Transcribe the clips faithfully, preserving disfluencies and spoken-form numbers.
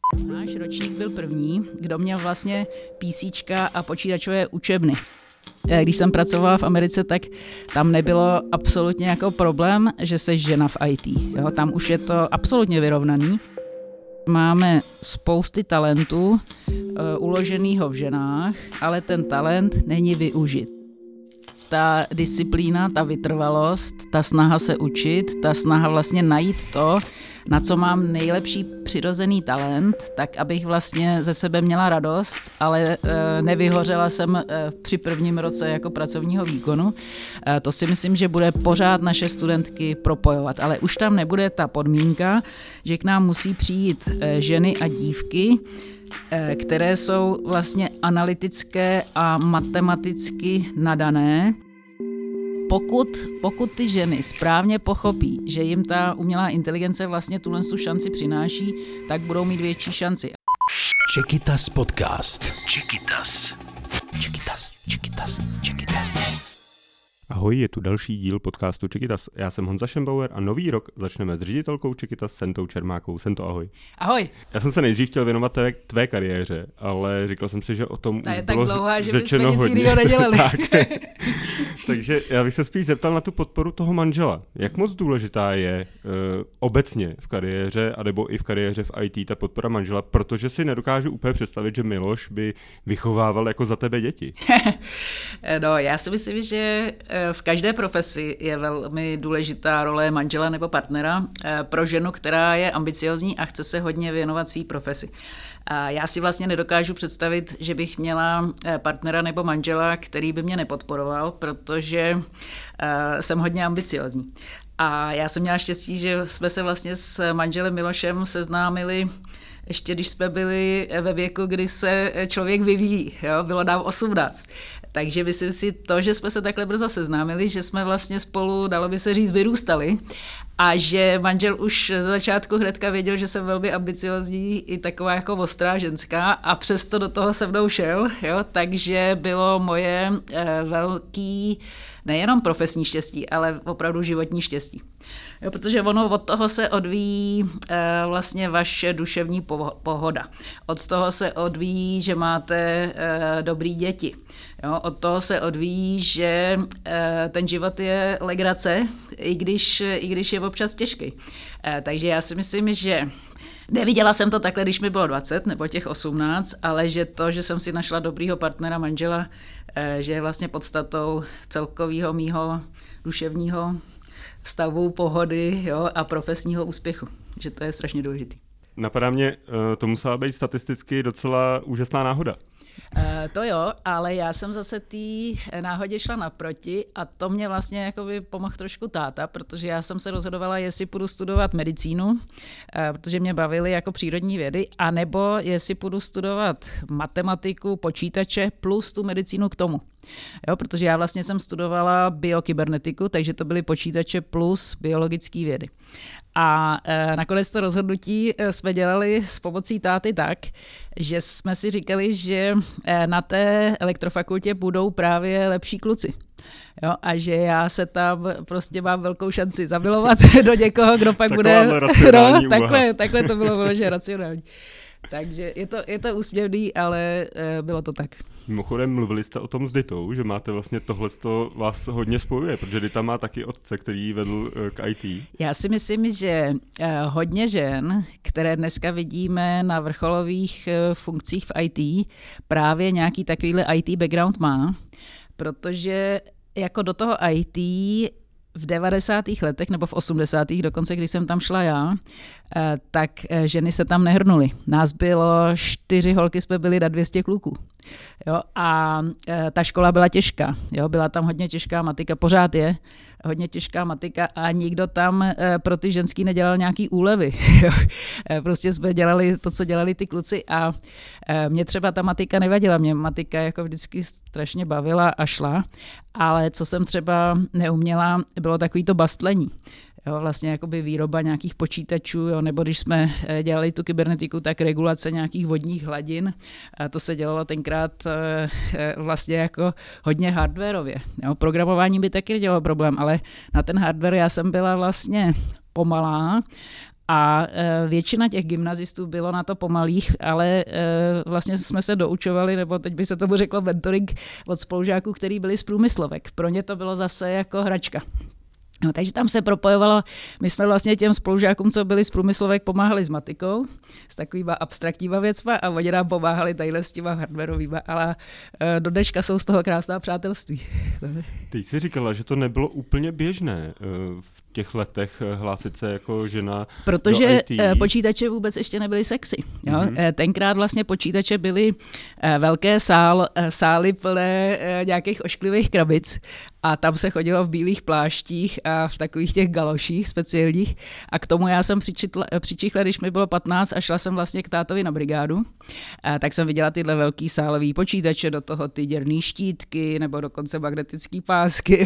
Náš ročník byl první, kdo měl vlastně PCčka a počítačové učebny. Když jsem pracovala v Americe, tak tam nebylo absolutně jako problém, že jsi žena v í té. Jo? Tam už je to absolutně vyrovnaný. Máme spousty talentů uh, uloženého v ženách, ale ten talent není využit. Ta disciplína, ta vytrvalost, ta snaha se učit, ta snaha vlastně najít to, na co mám nejlepší přirozený talent, tak abych vlastně ze sebe měla radost, ale e, nevyhořela jsem e, při prvním roce jako pracovního výkonu. E, to si myslím, že bude pořád naše studentky propojovat, ale už tam nebude ta podmínka, že k nám musí přijít e, ženy a dívky, e, které jsou vlastně analytické a matematicky nadané. Pokud, pokud ty ženy správně pochopí, že jim ta umělá inteligence vlastně tuhle šanci přináší, tak budou mít větší šanci. Čekytas podcast. Čekytas. Čekytas, Čekytas, Čekytas. Ahoj, je tu další díl podcastu Čekytas. Já jsem Honza Šembauer a nový rok začneme s ředitelkou Čekytas Sentou Čermákovou. Sento, ahoj. Ahoj. Já jsem se nejdřív chtěl věnovat tvé, tvé kariéře, ale říkal jsem si, že o tom Ta už je bylo tak dlouhá, že řečeno bychom nic hodně. jiného nedělali. Tak. Takže já bych se spíš zeptal na tu podporu toho manžela. Jak moc důležitá je uh, obecně v kariéře, anebo i v kariéře v í té ta podpora manžela, protože si nedokážu úplně představit, že Miloš by vychovával jako za tebe děti. No, já si myslím, že v každé profesi je velmi důležitá role manžela nebo partnera pro ženu, která je ambiciózní a chce se hodně věnovat své profesi. A já si vlastně nedokážu představit, že bych měla partnera nebo manžela, který by mě nepodporoval, protože jsem hodně ambiciózní. A já jsem měla štěstí, že jsme se vlastně s manželem Milošem seznámili ještě když jsme byli ve věku, kdy se člověk vyvíjí, jo? Bylo nám osmnáct. Takže myslím si to, že jsme se takhle brzo seznámili, že jsme vlastně spolu, dalo by se říct, vyrůstali a že manžel už za začátku hnedka věděl, že jsem velmi ambiciózní i taková jako ostrá ženská a přesto do toho se mnou šel, jo? Takže bylo moje eh, velký nejenom profesní štěstí, ale opravdu životní štěstí. Jo, protože ono od toho se odvíjí e, vlastně vaše duševní pohoda. Od toho se odvíjí, že máte e, dobrý děti. Jo, od toho se odvíjí, že e, ten život je legrace, i když, i když je občas těžký. E, takže já si myslím, že neviděla jsem to takhle, když mi bylo dvacet nebo těch osmnáct, ale že to, že jsem si našla dobrýho partnera, manžela, že je vlastně podstatou celkového mýho duševního stavu, pohody, jo, a profesního úspěchu. Že to je strašně důležitý. Napadá mě, to musela být statisticky docela úžasná náhoda. Uh, to jo, ale já jsem zase té náhodě šla naproti a to mě vlastně jakoby pomohl trošku táta, protože já jsem se rozhodovala, jestli půjdu studovat medicínu, uh, protože mě bavily jako přírodní vědy, anebo jestli půjdu studovat matematiku, počítače plus tu medicínu k tomu. Jo, protože já vlastně jsem studovala biokybernetiku, takže to byly počítače plus biologické vědy. A e, nakonec to rozhodnutí jsme dělali s pomocí táty tak, že jsme si říkali, že e, na té elektrofakultě budou právě lepší kluci. Jo, a že já se tam prostě mám velkou šanci zamilovat do někoho, kdo pak bude... No, takhle, takhle to bylo velice racionální. Takže je to, je to úsměvný, ale e, bylo to tak. Mimochodem mluvili jste o tom s Ditou, že máte vlastně tohleto vás hodně spojuje, protože Dita má taky otce, který vedl e, k í té. Já si myslím, že e, hodně žen, které dneska vidíme na vrcholových e, funkcích v í té, právě nějaký takovýhle í té background má, protože jako do toho í té v devadesátých letech nebo v osmdesátých dokonce, když jsem tam šla já, tak ženy se tam nehrnuly. Nás bylo čtyři holky, jsme byli na dvě stě kluků. Jo, a ta škola byla těžká. Jo, byla tam hodně těžká matika, pořád je hodně těžká matika a nikdo tam pro ty ženský nedělal nějaký úlevy. Jo. Prostě jsme dělali to, co dělali ty kluci a mě třeba ta matika nevadila. Mě matika jako vždycky strašně bavila a šla, ale co jsem třeba neuměla, bylo takový to bastlení. Jo, vlastně jakoby výroba nějakých počítačů, jo, nebo když jsme dělali tu kybernetiku, tak regulace nějakých vodních hladin. A to se dělalo tenkrát vlastně jako hodně hardwarově. Jo, programování by taky dělalo problém, ale na ten hardware já jsem byla vlastně pomalá A většina těch gymnazistů bylo na to pomalých, ale vlastně jsme se doučovali, nebo teď by se tomu řeklo mentoring od spolužáků, který byli z průmyslovek. Pro ně to bylo zase jako hračka. No, takže tam se propojovalo, my jsme vlastně těm spolužákům, co byli z průmyslovek, pomáhali s matikou, s takovýma abstraktníma věcma a oni nám pomáhali tadyhle s těma hardwarovýma, ale do dneška jsou z toho krásná přátelství. Ty jsi říkala, že to nebylo úplně běžné v těch letech hlásit se jako žena Protože do í té. Počítače vůbec ještě nebyly sexy. Jo? Mm-hmm. Tenkrát vlastně počítače byly velké sál, sály plné nějakých ošklivých krabic a tam se chodilo v bílých pláštích a v takových těch galoších speciálních. A k tomu já jsem přičichla, když mi bylo patnáct a šla jsem vlastně k tátovi na brigádu, a tak jsem viděla tyhle velký sálový počítače, do toho ty děrný štítky nebo dokonce magnetický pásky.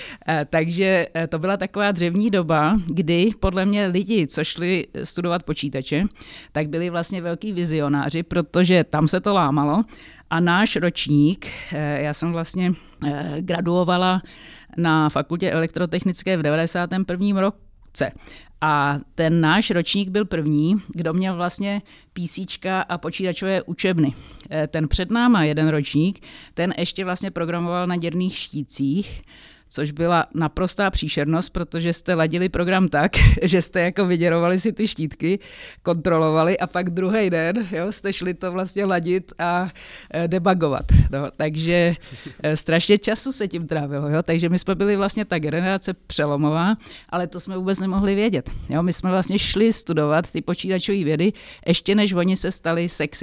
A takže to byla taková dřevní doba, kdy podle mě lidi, co šli studovat počítače, tak byli vlastně velký vizionáři, protože tam se to lámalo. A náš ročník, já jsem vlastně graduovala na fakultě elektrotechnické v devadesátém prvním roce. A ten náš ročník byl první, kdo měl vlastně PCčka a počítačové učebny. Ten před náma jeden ročník, ten ještě vlastně programoval na děrných štítcích, což byla naprostá příšernost, protože jste ladili program tak, že jste jako vyděrovali si ty štítky, kontrolovali a pak druhý den jo, jste šli to vlastně ladit a debugovat. No, takže strašně času se tím trávilo. Jo? Takže my jsme byli vlastně ta generace přelomová, ale to jsme vůbec nemohli vědět. Jo? My jsme vlastně šli studovat ty počítačové vědy, ještě než oni se stali sexy.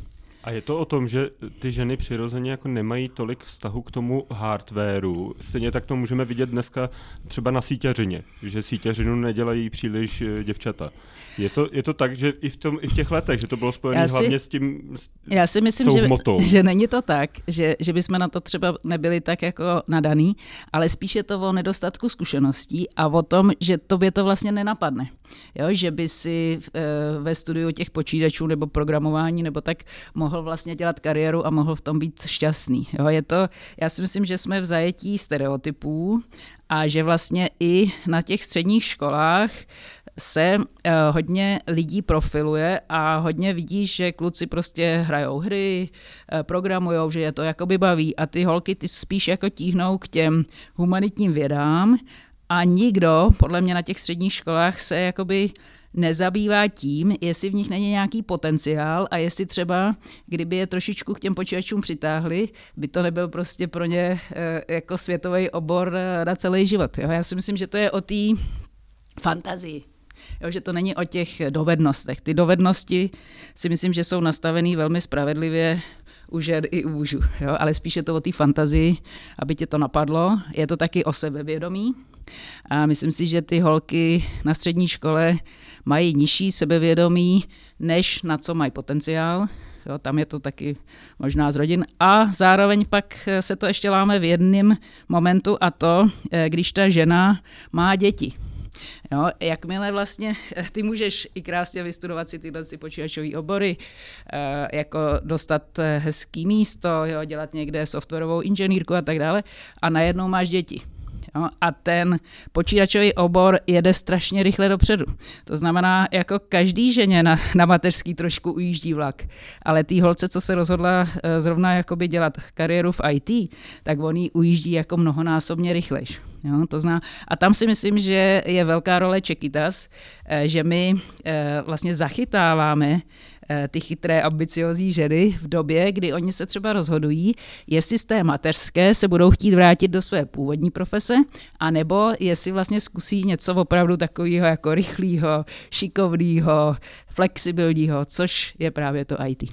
A je to o tom, že ty ženy přirozeně jako nemají tolik vztahu k tomu hardwaru. Stejně tak to můžeme vidět dneska třeba na síťařině, že síťařinu nedělají příliš děvčata. Je to, je to tak, že i v, tom, i v těch letech, že to bylo spojené hlavně s tím s, Já si myslím, s tou že, motou. že není to tak, že, že bychom na to třeba nebyli tak jako nadaný, ale spíš je to o nedostatku zkušeností a o tom, že tobě to vlastně nenapadne. Jo, že by si e, ve studiu těch počítačů nebo programování nebo tak mohl vlastně dělat kariéru a mohl v tom být šťastný. Jo, je to, já si myslím, že jsme v zajetí stereotypů a že vlastně i na těch středních školách se uh, hodně lidí profiluje a hodně vidíš, že kluci prostě hrajou hry, uh, programujou, že je to jakoby baví a ty holky ty spíš jako tíhnou k těm humanitním vědám a nikdo, podle mě na těch středních školách se jakoby nezabývá tím, jestli v nich není nějaký potenciál a jestli třeba, kdyby je trošičku k těm počítačům přitáhli, by to nebyl prostě pro ně uh, jako světový obor na celý život. Jo? Já si myslím, že to je o té fantazii. Jo, že to není o těch dovednostech. Ty dovednosti si myslím, že jsou nastavený velmi spravedlivě u žen i u mužů, jo? Ale spíš je to o té fantazii, aby tě to napadlo. Je to taky o sebevědomí a myslím si, že ty holky na střední škole mají nižší sebevědomí, než na co mají potenciál. Jo, tam je to taky možná z rodin. A zároveň pak se to ještě láme v jednom momentu a to, když ta žena má děti. Jo, jakmile vlastně ty můžeš i krásně vystudovat si tyhle si počítačové obory, jako dostat hezký místo, jo, dělat někde softwarovou inženýrku a tak dále a najednou máš děti. Jo, a ten počítačový obor jede strašně rychle dopředu. To znamená, jako každý ženě na, na mateřský trošku ujíždí vlak, ale tý holce, co se rozhodla zrovna jakoby dělat kariéru v í té, tak on jí ujíždí jako mnohonásobně rychlejš. Jo, to zná. A tam si myslím, že je velká role Čekitas, že my vlastně zachytáváme ty chytré, ambiciozní ženy v době, kdy oni se třeba rozhodují, jestli z té mateřské se budou chtít vrátit do své původní profese, anebo jestli vlastně zkusí něco opravdu takového jako rychlého, šikovného, flexibilního, což je právě to í té.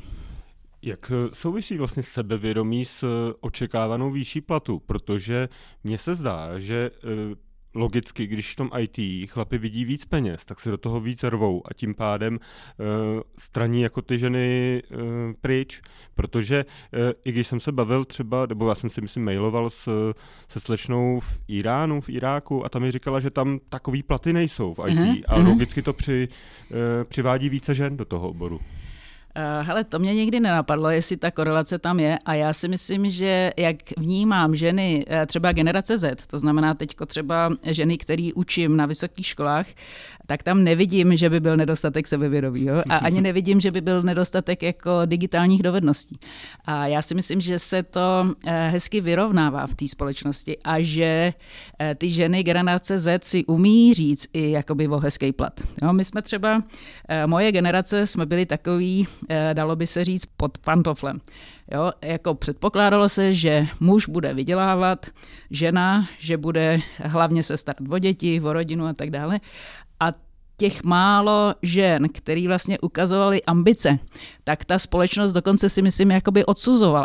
Jak souvisí vlastně sebevědomí s očekávanou výší platu? Protože mně se zdá, že logicky, když v tom í té chlapi vidí víc peněz, tak se do toho víc rvou a tím pádem uh, straní jako ty ženy uh, pryč, protože uh, i když jsem se bavil třeba, nebo já jsem si myslím mailoval s, se slečnou v Iránu, v Iráku a tam mi říkala, že tam takový platy nejsou v í té uh-huh, a uh-huh. logicky to při, uh, přivádí více žen do toho oboru. Uh, hele, to mě nikdy nenapadlo, jestli ta korelace tam je a já si myslím, že jak vnímám ženy, třeba generace Z, to znamená teďko třeba ženy, který učím na vysokých školách, tak tam nevidím, že by byl nedostatek sebevědomí. Jo? A ani nevidím, že by byl nedostatek jako digitálních dovedností. A já si myslím, že se to hezky vyrovnává v té společnosti a že ty ženy generace Z si umí říct i jakoby o hezký plat. Jo? My jsme třeba, moje generace jsme byli takový, dalo by se říct, pod pantoflem. Jo, jako předpokládalo se, že muž bude vydělávat, žena, že bude hlavně se starat o děti, o rodinu a tak dále. A těch málo žen, který vlastně ukazovali ambice, tak ta společnost dokonce si myslím jakoby odsuzovala.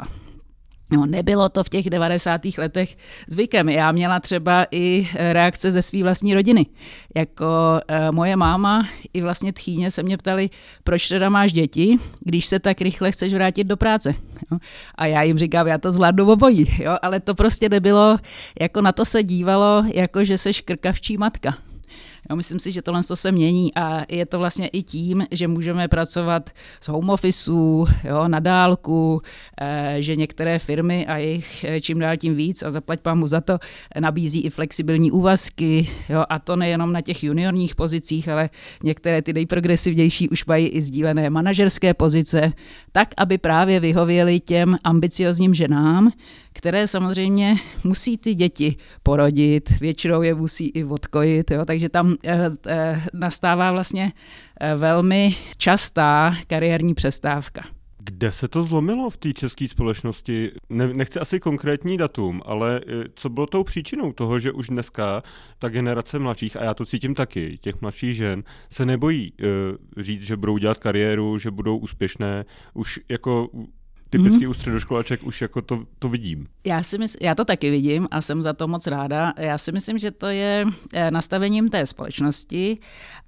No, nebylo to v těch devadesátých letech zvykem. Já měla třeba i reakce ze své vlastní rodiny. Jako e, moje máma i vlastně tchýně se mě ptali, proč teda máš děti, když se tak rychle chceš vrátit do práce. Jo? A já jim říkám, já to zvládnu obojí. Jo? Ale to prostě nebylo, jako na to se dívalo, jako že seš krkavčí matka. Jo, myslím si, že tohle se mění a je to vlastně i tím, že můžeme pracovat z home officeu, jo, na dálku, eh, že některé firmy a jich čím dál tím víc a zaplať pámu za to nabízí i flexibilní úvazky, jo, a to nejenom na těch juniorních pozicích, ale některé ty nejprogresivnější už mají i sdílené manažerské pozice, tak, aby právě vyhověly těm ambiciozním ženám, které samozřejmě musí ty děti porodit, většinou je musí i odkojit, jo, takže tam eh, eh, nastává vlastně eh, velmi častá kariérní přestávka. Kde se to zlomilo v té české společnosti? Ne, nechci asi konkrétní datum, ale co bylo tou příčinou toho, že už dneska ta generace mladších, a já to cítím taky, těch mladších žen, se nebojí uh, říct, že budou dělat kariéru, že budou úspěšné, už jako typicky mm. u středoškolaček už jako to, to vidím. Já, si mysl, já to taky vidím a jsem za to moc ráda. Já si myslím, že to je nastavením té společnosti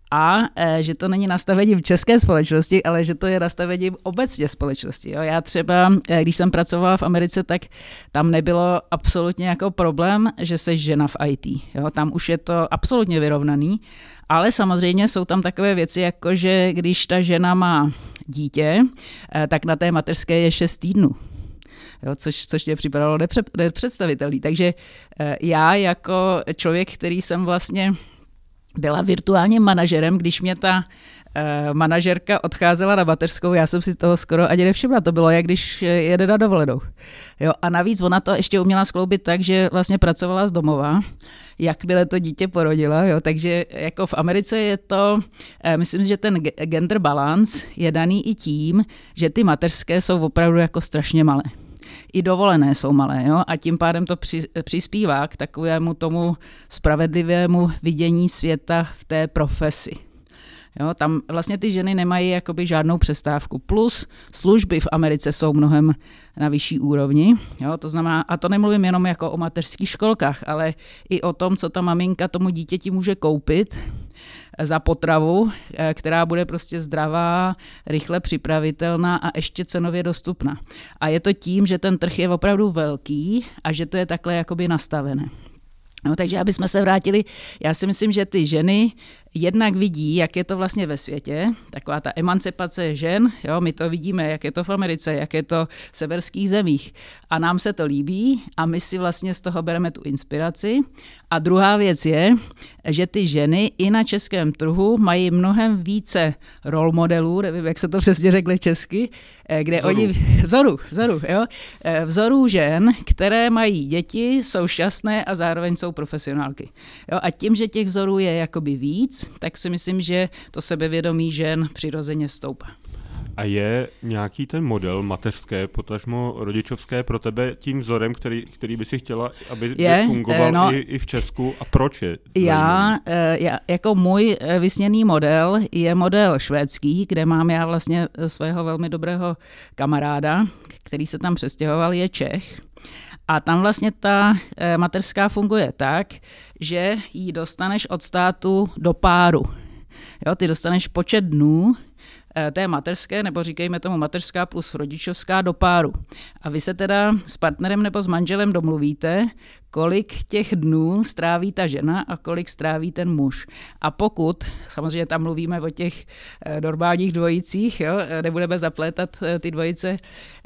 a že to není nastavením české společnosti, ale že to je nastavením obecně společnosti. Jo. Já třeba, když jsem pracovala v Americe, tak tam nebylo absolutně jako problém, že jsi žena v í té. Jo. Tam už je to absolutně vyrovnaný, ale samozřejmě jsou tam takové věci, jako že když ta žena má dítě, tak na té mateřské je šest týdnů. Jo, což, což mě připadalo nepře, nepředstavitelný. Takže já jako člověk, který jsem vlastně byla virtuálním manažerem, když mě ta uh, manažerka odcházela na mateřskou, já jsem si toho skoro ani nevšimla. To bylo, jak když jede na dovolenou. Jo, a navíc ona to ještě uměla skloubit tak, že vlastně pracovala z domova, jakmile to dítě porodila. Jo, takže jako v Americe je to, uh, myslím, že ten gender balance je daný i tím, že ty mateřské jsou opravdu jako strašně malé. I dovolené jsou malé, jo? A tím pádem to při, přispívá k takovému tomu spravedlivému vidění světa v té profesi. Jo? Tam vlastně ty ženy nemají jakoby žádnou přestávku. Plus služby v Americe jsou mnohem na vyšší úrovni. Jo? To znamená, a to nemluvím jenom jako o mateřských školkách, ale i o tom, co ta maminka tomu dítěti může koupit za potravu, která bude prostě zdravá, rychle připravitelná a ještě cenově dostupná. A je to tím, že ten trh je opravdu velký a že to je takhle jakoby nastavené. No, takže aby jsme se vrátili, já si myslím, že ty ženy jednak vidí, jak je to vlastně ve světě, taková ta emancipace žen, jo, my to vidíme, jak je to v Americe, jak je to v severských zemích a nám se to líbí a my si vlastně z toho bereme tu inspiraci. A druhá věc je, že ty ženy i na českém trhu mají mnohem více role modelů, nevím, jak se to přesně řekne česky, kde vzorů. oni, vzorů, vzorů, jo, vzorů žen, které mají děti, jsou šťastné a zároveň jsou profesionálky. Jo, a tím, že těch vzorů je jakoby víc, tak si myslím, že to sebevědomí žen přirozeně stoupá. A je nějaký ten model mateřské, potažmo rodičovské pro tebe tím vzorem, který, který by si chtěla, aby je, fungoval no, i, i v Česku? A proč je? Já, já, jako můj vysněný model je model švédský, kde mám já vlastně svého velmi dobrého kamaráda, který se tam přestěhoval, je Čech. A tam vlastně ta mateřská funguje tak, že ji dostaneš od státu do páru. Jo, ty dostaneš počet dnů, té mateřské, nebo říkejme tomu mateřská plus rodičovská do páru. A vy se teda s partnerem nebo s manželem domluvíte, kolik těch dnů stráví ta žena a kolik stráví ten muž. A pokud, samozřejmě tam mluvíme o těch normálních dvojicích, jo, nebudeme zaplétat ty dvojice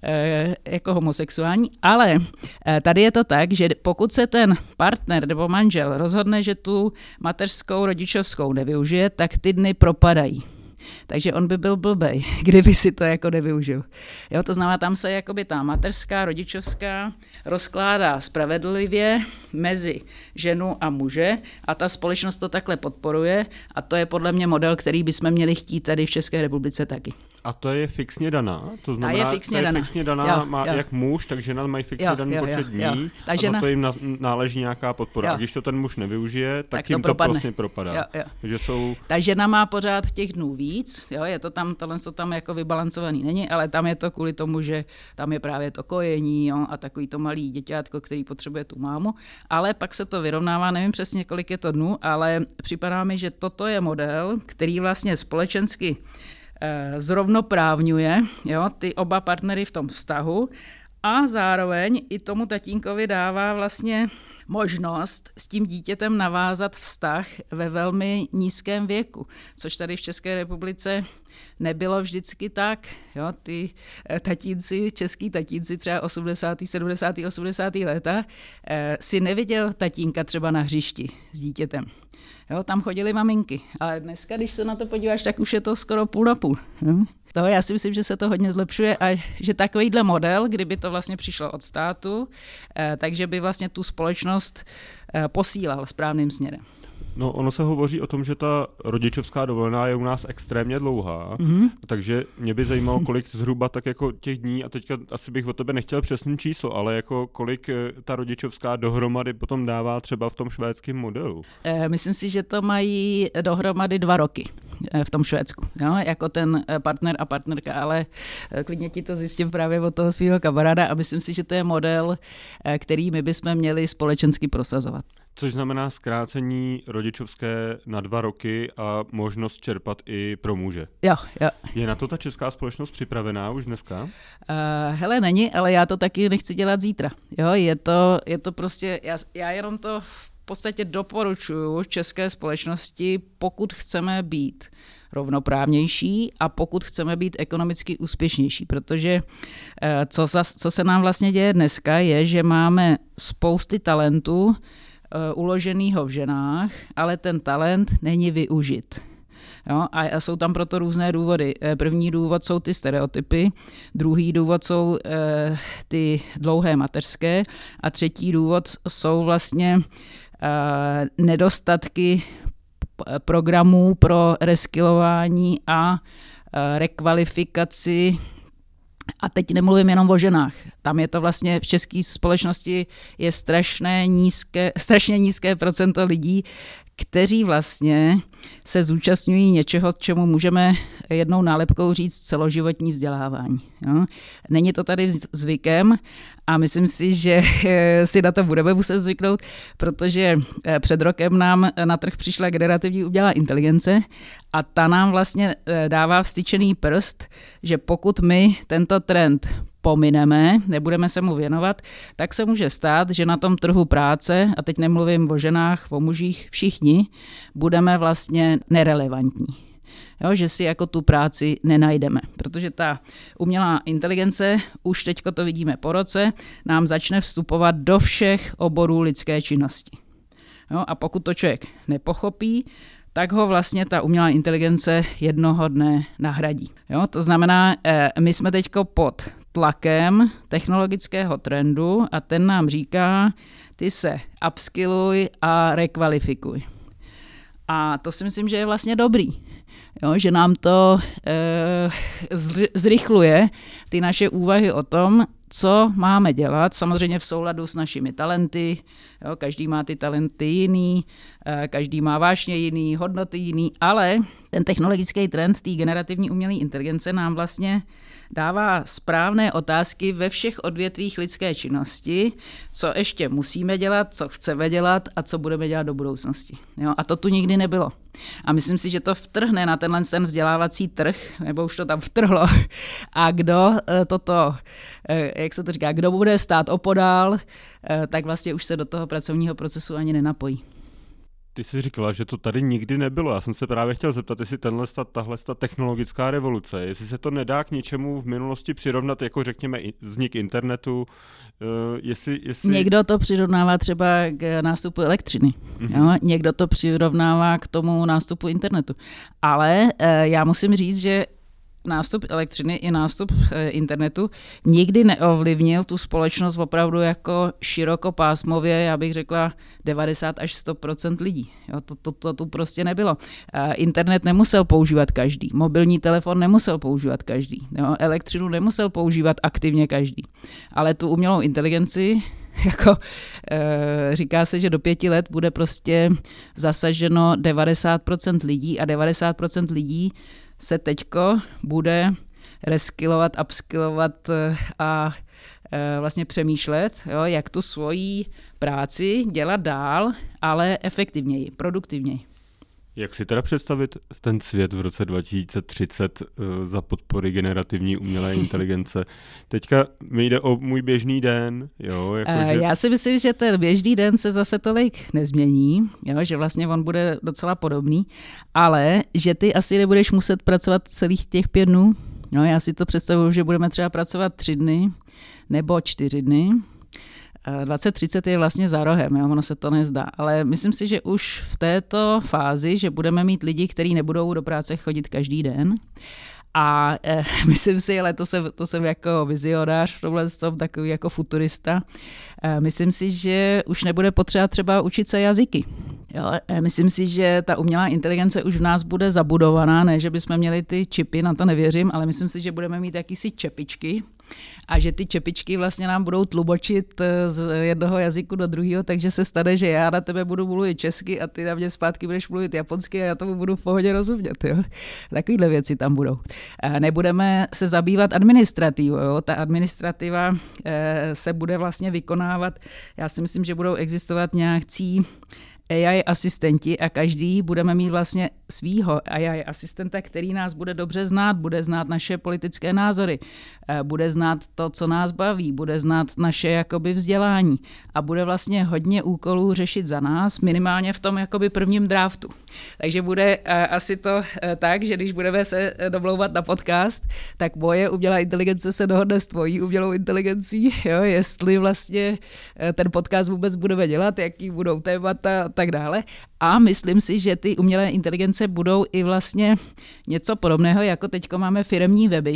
jako homosexuální, ale tady je to tak, že pokud se ten partner nebo manžel rozhodne, že tu mateřskou rodičovskou nevyužije, tak ty dny propadají. Takže on by byl blbej, kdyby si to jako nevyužil. Jo, to znamená, tam se jakoby ta mateřská, rodičovská rozkládá spravedlivě mezi ženu a muže a ta společnost to takhle podporuje a to je podle mě model, který bychom měli chtít tady v České republice taky. A to je fixně daná? To znamená, je fixně to je daná. fixně daná, jo, má jo. jak muž, tak žena mají fixně jo, daný jo, počet jo, dní jo. Ta a žena... za to jim na, náleží nějaká podpora. Jo. A když to ten muž nevyužije, tak, tak jim to, to propadne. prostě propadá. Jo, jo. Takže jsou... Ta žena má pořád těch dnů víc, jo, je to tam, tohle to tam jako vybalancovaný není, ale tam je to kvůli tomu, že tam je právě to kojení, jo, a takový to malý děťátko, který potřebuje tu mámu, ale pak se to vyrovnává, nevím přesně, kolik je to dnů, ale připadá mi, že toto je model, který vlastně společensky zrovnoprávňuje, jo, ty oba partnery v tom vztahu a zároveň i tomu tatínkovi dává vlastně možnost s tím dítětem navázat vztah ve velmi nízkém věku, což tady v České republice nebylo vždycky tak. Jo, ty tatínci, český tatínci třeba osmdesátých, sedmdesátých, osmdesátých léta si neviděl tatínka třeba na hřišti s dítětem. Jo, tam chodily maminky, ale dneska, když se na to podíváš, tak už je to skoro půl na půl. Hm? To já si myslím, že se to hodně zlepšuje a že takovýhle model, kdyby to vlastně přišlo od státu, eh, takže by vlastně tu společnost eh, posílal správným směrem. No, ono se hovoří o tom, že ta rodičovská dovolená je u nás extrémně dlouhá, mm-hmm. takže mě by zajímalo, kolik zhruba tak jako těch dní, a teďka asi bych od tebe nechtěl přesný číslo, ale jako kolik ta rodičovská dohromady potom dává třeba v tom švédském modelu. E, myslím si, že to mají dohromady dva roky v tom Švédsku, jo? Jako ten partner a partnerka, ale klidně ti to zjistím právě od toho svého kamaráda a myslím si, že to je model, který my bychom měli společensky prosazovat. Což znamená zkrácení rodičovské na dva roky a možnost čerpat i pro muže. Jo, jo. Je na to ta česká společnost připravená už dneska? Uh, hele, není, ale já to taky nechci dělat zítra. Jo, je to, je to prostě, já, já jenom to v podstatě doporučuji české společnosti, pokud chceme být rovnoprávnější a pokud chceme být ekonomicky úspěšnější, protože co, za, co se nám vlastně děje dneska je, že máme spousty talentů, uloženýho v ženách, ale ten talent není využit. Jo? A jsou tam proto různé důvody. První důvod jsou ty stereotypy, druhý důvod jsou e, ty dlouhé mateřské a třetí důvod jsou vlastně e, nedostatky programů pro reskillování a e, rekvalifikaci. A teď nemluvím jenom o ženách. Tam je to vlastně v české společnosti je strašné nízké, strašně nízké procento lidí, kteří vlastně se zúčastňují něčeho, čemu můžeme jednou nálepkou říct celoživotní vzdělávání. Jo? Není to tady zvykem a myslím si, že si na to budeme muset zvyknout, protože před rokem nám na trh přišla generativní umělá inteligence a ta nám vlastně dává vstyčený prst, že pokud my tento trend pomineme, nebudeme se mu věnovat, tak se může stát, že na tom trhu práce, a teď nemluvím o ženách, o mužích, všichni, budeme vlastně nerelevantní. Jo, že si jako tu práci nenajdeme, protože ta umělá inteligence, už teďko to vidíme po roce, nám začne vstupovat do všech oborů lidské činnosti. Jo, a pokud to člověk nepochopí, tak ho vlastně ta umělá inteligence jednoho dne nahradí. Jo, to znamená, my jsme teďko pod tlakem technologického trendu a ten nám říká, ty se upskilluj a rekvalifikuj. A to si myslím, že je vlastně dobrý. Jo, že nám to e, zrychluje ty naše úvahy o tom, co máme dělat, samozřejmě v souladu s našimi talenty, jo, každý má ty talenty jiný, každý má vášně jiný, hodnoty jiný, ale ten technologický trend té generativní umělé inteligence nám vlastně dává správné otázky ve všech odvětvích lidské činnosti, co ještě musíme dělat, co chceme dělat a co budeme dělat do budoucnosti. Jo? A to tu nikdy nebylo. A myslím si, že to vtrhne na tenhle ten vzdělávací trh, nebo už to tam vtrhlo. A kdo toto, jak se to říká, kdo bude stát opodál, tak vlastně už se do toho pracovního procesu ani nenapojí. Ty jsi říkala, že to tady nikdy nebylo. Já jsem se právě chtěl zeptat, jestli tenhle, tahle technologická revoluce, jestli se to nedá k něčemu v minulosti přirovnat, jako řekněme vznik internetu, jestli... jestli... Někdo to přirovnává třeba k nástupu elektřiny. Mm-hmm. Jo? Někdo to přirovnává k tomu nástupu internetu. Ale já musím říct, že nástup elektřiny i nástup internetu nikdy neovlivnil tu společnost opravdu jako širokopásmově, já bych řekla devadesát až sto procent lidí. Jo, to, to, to tu prostě nebylo. Internet nemusel používat každý, mobilní telefon nemusel používat každý, jo, elektřinu nemusel používat aktivně každý. Ale tu umělou inteligenci, jako e, říká se, že do pěti let bude prostě zasaženo devadesát procent lidí a devadesát procent lidí se teďko bude reskillovat, upskillovat a e, vlastně přemýšlet, jo, jak tu svoji práci dělat dál, ale efektivněji, produktivněji. Jak si teda představit ten svět v roce dva tisíce třicet uh, za podpory generativní umělé inteligence? Teďka mi jde o můj běžný den. Jo, jako uh, že... Já si myslím, že ten běžný den se zase tolik nezmění, jo, že vlastně on bude docela podobný, ale že ty asi nebudeš muset pracovat celých těch pět dnů. No, já si to představuji, že budeme třeba pracovat tři dny nebo čtyři dny. dvacet třicet je vlastně za rohem, jo? Ono se to nezdá, ale myslím si, že už v této fázi, že budeme mít lidi, kteří nebudou do práce chodit každý den a eh, myslím si, ale to jsem, to jsem jako vizionář v tomhle tom, takový jako futurista, eh, myslím si, že už nebude potřeba třeba učit se jazyky. Jo, myslím si, že ta umělá inteligence už v nás bude zabudovaná, ne, že bychom měli ty čipy, na to nevěřím, ale myslím si, že budeme mít jakýsi čepičky a že ty čepičky vlastně nám budou tlumočit z jednoho jazyku do druhého, takže se stane, že já na tebe budu mluvit česky a ty na mě zpátky budeš mluvit japonsky a já tomu budu v pohodě rozumět. Jo? Takovýhle věci tam budou. Nebudeme se zabývat administrativou. Jo? Ta administrativa se bude vlastně vykonávat, já si myslím, že budou existovat nějakcí A I asistenti a každý budeme mít vlastně svýho A I asistenta, který nás bude dobře znát, bude znát naše politické názory, bude znát to, co nás baví, bude znát naše jakoby vzdělání a bude vlastně hodně úkolů řešit za nás, minimálně v tom jakoby prvním draftu. Takže bude asi to tak, že když budeme se domlouvat na podcast, tak moje umělá inteligence se dohodne s tvojí umělou inteligencí, jo, jestli vlastně ten podcast vůbec budeme dělat, jaký budou témata a tak dále. A myslím si, že ty umělé inteligence budou i vlastně něco podobného, jako teďko máme firemní weby,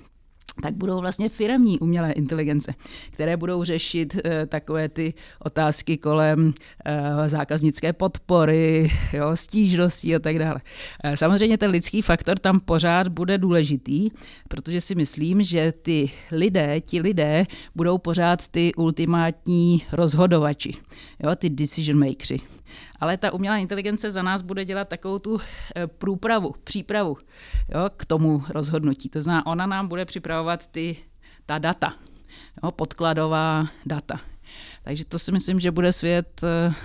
tak budou vlastně firemní umělé inteligence, které budou řešit e, takové ty otázky kolem e, zákaznické podpory, jo, stížností a tak dále. E, samozřejmě ten lidský faktor tam pořád bude důležitý, protože si myslím, že ty lidé, ti lidé budou pořád ty ultimátní rozhodovači, jo, ty decision makersi. Ale ta umělá inteligence za nás bude dělat takovou tu průpravu, přípravu, jo, k tomu rozhodnutí. To znamená, ona nám bude připravovat ty, ta data, jo, podkladová data. Takže to si myslím, že bude svět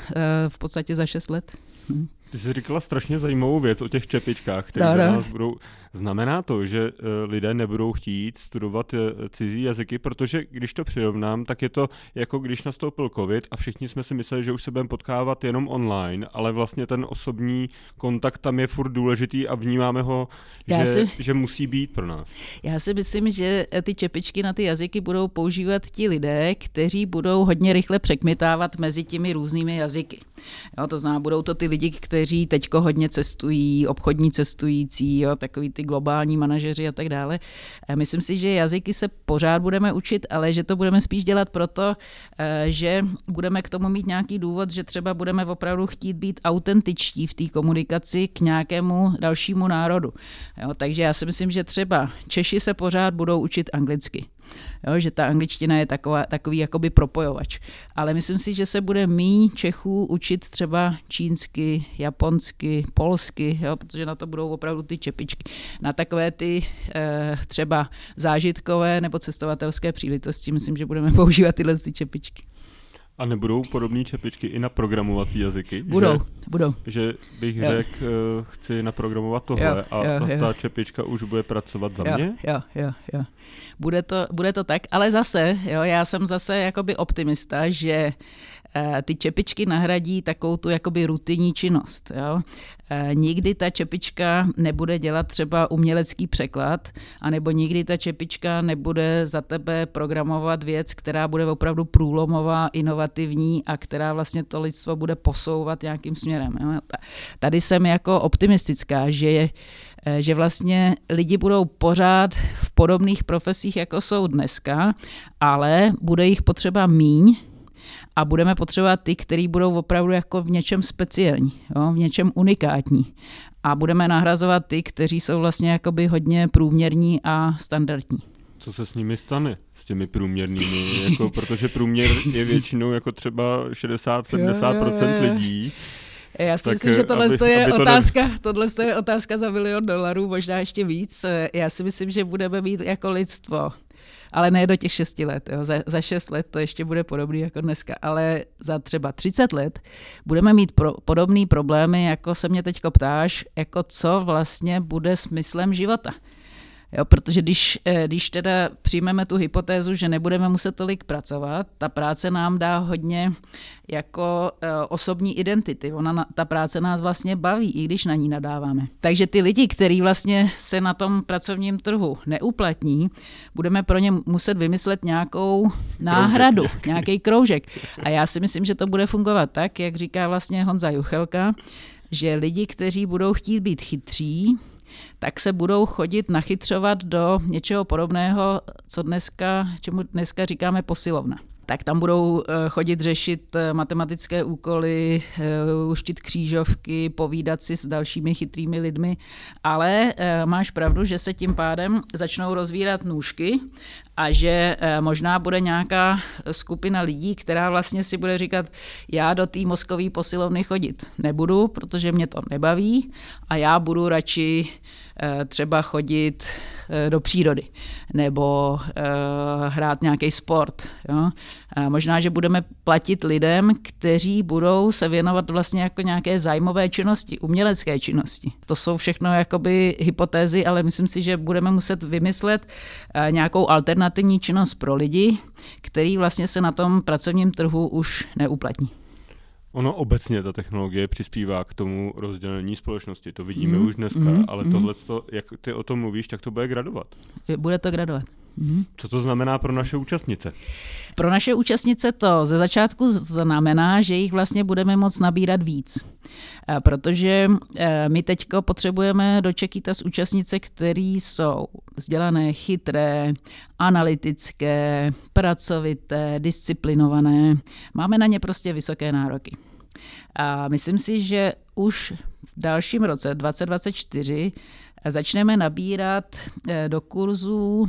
v podstatě za šest let. Hm. Ty jsi říkala strašně zajímavou věc o těch čepičkách, které za nás budou. Znamená to, že lidé nebudou chtít studovat cizí jazyky, protože když to přirovnám, tak je to jako když nastoupil covid a všichni jsme si mysleli, že už se budeme potkávat jenom online, ale vlastně ten osobní kontakt tam je furt důležitý a vnímáme ho, že, si, že musí být pro nás. Já si myslím, že ty čepičky na ty jazyky budou používat ti lidé, kteří budou hodně rychle překmitávat mezi těmi různými jazyky. Jo, to znamená, budou to ty lidi, kteří teďko hodně cestují, obchodní cestující, jo, takový ty globální manažeři a tak dále. Myslím si, že jazyky se pořád budeme učit, ale že to budeme spíš dělat proto, že budeme k tomu mít nějaký důvod, že třeba budeme opravdu chtít být autentičtí v té komunikaci k nějakému dalšímu národu. Jo, takže já si myslím, že třeba Češi se pořád budou učit anglicky. Jo, že ta angličtina je taková, takový jakoby propojovač. Ale myslím si, že se bude míň Čechů učit třeba čínsky, japonsky, polsky, jo, protože na to budou opravdu ty čepičky. Na takové ty eh, třeba zážitkové nebo cestovatelské příležitosti myslím, že budeme používat tyhle ty čepičky. A nebudou podobné čepičky i na programovací jazyky? Budou, že, budou. Že bych řekl, uh, chci naprogramovat tohle jo, a jo, ta, jo. ta čepička už bude pracovat za jo, mě? Jo, jo, jo. Bude to, bude to tak, ale zase, jo, já jsem zase jakoby optimista, že e, ty čepičky nahradí takovou tu jakoby rutinní činnost. Jo. E, nikdy ta čepička nebude dělat třeba umělecký překlad, anebo nikdy ta čepička nebude za tebe programovat věc, která bude opravdu průlomová, inovativní a která vlastně to lidstvo bude posouvat nějakým směrem. Jo. Tady jsem jako optimistická, že je že vlastně lidi budou pořád v podobných profesích, jako jsou dneska, ale bude jich potřeba míň a budeme potřebovat ty, který budou opravdu jako v něčem speciální, jo, v něčem unikátní. A budeme nahrazovat ty, kteří jsou vlastně jakoby hodně průměrní a standardní. Co se s nimi stane, s těmi průměrnými, jako, protože průměr je většinou jako třeba šedesát až sedmdesát procent lidí. Já si tak, myslím, že tohle aby, je aby to otázka, ne... tohle je otázka za milion dolarů, možná ještě víc. Já si myslím, že budeme mít jako lidstvo, ale ne do těch šesti let. Jo. Za, za šest let to ještě bude podobný jako dneska, ale za třeba třicet let budeme mít pro, podobné problémy, jako se mě teďko ptáš, jako co vlastně bude smyslem života. Jo, protože když, když teda přijmeme tu hypotézu, že nebudeme muset tolik pracovat, ta práce nám dá hodně jako osobní identity. Ona, ta práce nás vlastně baví, i když na ní nadáváme. Takže ty lidi, kteří vlastně se na tom pracovním trhu neuplatní, budeme pro ně muset vymyslet nějakou náhradu, kroužek. nějaký kroužek. A já si myslím, že to bude fungovat tak, jak říká vlastně Honza Juchelka, že lidi, kteří budou chtít být chytří, tak se budou chodit nachytřovat do něčeho podobného, co dneska, čemu dneska říkáme posilovna. Tak tam budou chodit řešit matematické úkoly, luštit křížovky, povídat si s dalšími chytrými lidmi, ale máš pravdu, že se tím pádem začnou rozvírat nůžky a že možná bude nějaká skupina lidí, která vlastně si bude říkat, já do té mozkové posilovny chodit nebudu, protože mě to nebaví a já budu radši třeba chodit do přírody nebo uh, hrát nějaký sport. Jo? A možná, že budeme platit lidem, kteří budou se věnovat vlastně jako nějaké zájmové činnosti, umělecké činnosti. To jsou všechno jakoby hypotézy, ale myslím si, že budeme muset vymyslet uh, nějakou alternativní činnost pro lidi, který vlastně se na tom pracovním trhu už neuplatní. Ono obecně ta technologie přispívá k tomu rozdělení společnosti. To vidíme mm, už dneska, mm, ale mm. tohle, jak ty o tom mluvíš, tak to bude gradovat. Bude to gradovat. Mm. Co to znamená pro naše účastnice? Pro naše účastnice to ze začátku znamená, že jich vlastně budeme moct nabírat víc. Protože my teďko potřebujeme do Čekytas účastnice, které jsou vzdělané, chytré, analytické, pracovité, disciplinované. Máme na ně prostě vysoké nároky. A myslím si, že už v dalším roce dvacet dvacet čtyři začneme nabírat do kurzů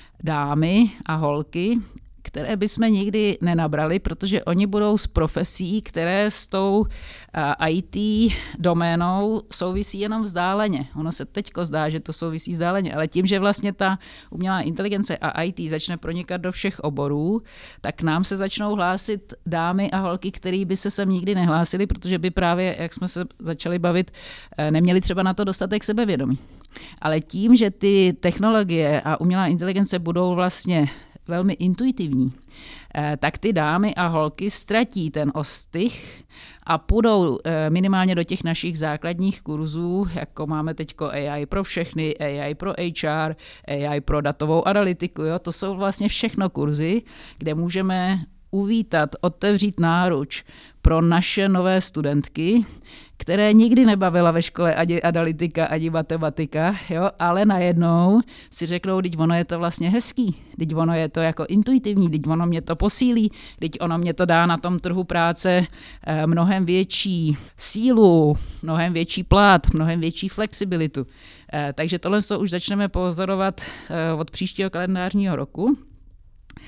dámy a holky, které bychom nikdy nenabrali, protože oni budou z profesí, které s tou í té doménou souvisí jenom vzdáleně. Ono se teďko zdá, že to souvisí vzdáleně, ale tím, že vlastně ta umělá inteligence a í té začne pronikat do všech oborů, tak nám se začnou hlásit dámy a holky, které by se sem nikdy nehlásily, protože by právě, jak jsme se začali bavit, neměli třeba na to dostatek sebevědomí. Ale tím, že ty technologie a umělá inteligence budou vlastně velmi intuitivní, tak ty dámy a holky ztratí ten ostych a půjdou minimálně do těch našich základních kurzů, jako máme teďko á í pro všechny, á í pro há er, á í pro datovou analytiku. Jo? To jsou vlastně všechno kurzy, kde můžeme uvítat, otevřít náruč pro naše nové studentky, které nikdy nebavila ve škole ani analytika, ani matematika, jo, ale najednou si řeknou, teď ono je to vlastně hezký, teď ono je to jako intuitivní, teď ono mě to posílí, teď ono mě to dá na tom trhu práce mnohem větší sílu, mnohem větší plat, mnohem větší flexibilitu. Takže tohle už začneme pozorovat od příštího kalendářního roku.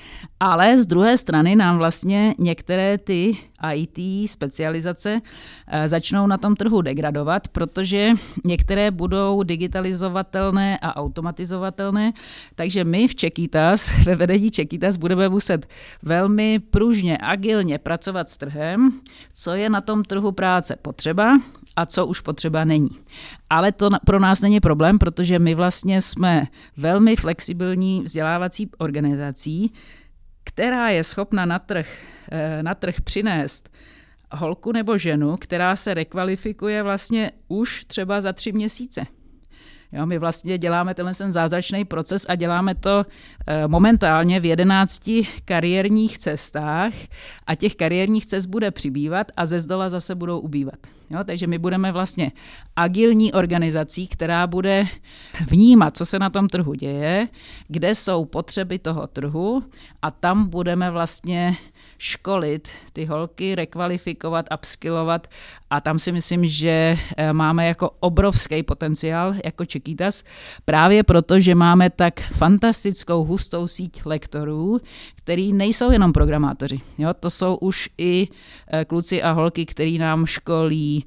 Ale z druhé strany nám vlastně některé ty í té specializace začnou na tom trhu degradovat, protože některé budou digitalizovatelné a automatizovatelné, takže my v Čekitas, ve vedení Čekitas budeme muset velmi pružně, agilně pracovat s trhem, co je na tom trhu práce potřeba a co už potřeba není. Ale to pro nás není problém, protože my vlastně jsme velmi flexibilní vzdělávací organizací, která je schopna na trh, na trh přinést holku nebo ženu, která se rekvalifikuje vlastně už třeba za tři měsíce. Jo, my vlastně děláme tenhle ten zázračný proces a děláme to momentálně v jedenácti kariérních cestách a těch kariérních cest bude přibývat a ze zdola zase budou ubývat. Jo, takže my budeme vlastně agilní organizací, která bude vnímat, co se na tom trhu děje, kde jsou potřeby toho trhu a tam budeme vlastně školit ty holky, rekvalifikovat, upskillovat a tam si myslím, že máme jako obrovský potenciál jako Čekitas, právě proto, že máme tak fantastickou hustou síť lektorů, který nejsou jenom programátoři. Jo, to jsou už i kluci a holky, který nám školí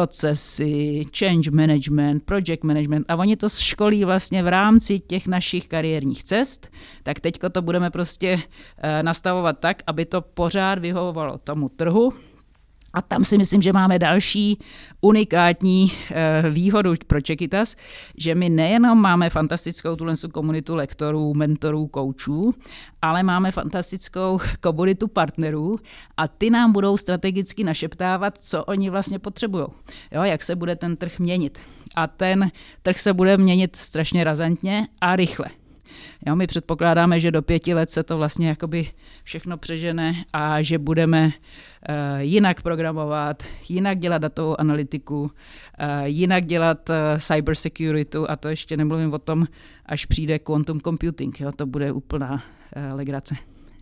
procesy, change management, project management a oni to školí vlastně v rámci těch našich kariérních cest, tak teďko to budeme prostě nastavovat tak, aby to pořád vyhovovalo tomu trhu. A tam si myslím, že máme další unikátní výhodu pro Čekitas, že my nejenom máme fantastickou tuhle komunitu lektorů, mentorů, koučů, ale máme fantastickou komunitu partnerů a ty nám budou strategicky našeptávat, co oni vlastně potřebují. Jo, jak se bude ten trh měnit. A ten trh se bude měnit strašně razantně a rychle. Jo, my předpokládáme, že do pěti let se to vlastně jakoby všechno přežene a že budeme uh, jinak programovat, jinak dělat datovou analytiku, uh, jinak dělat uh, cyber security a to ještě nemluvím o tom, až přijde quantum computing. Jo, to bude úplná uh, legrace.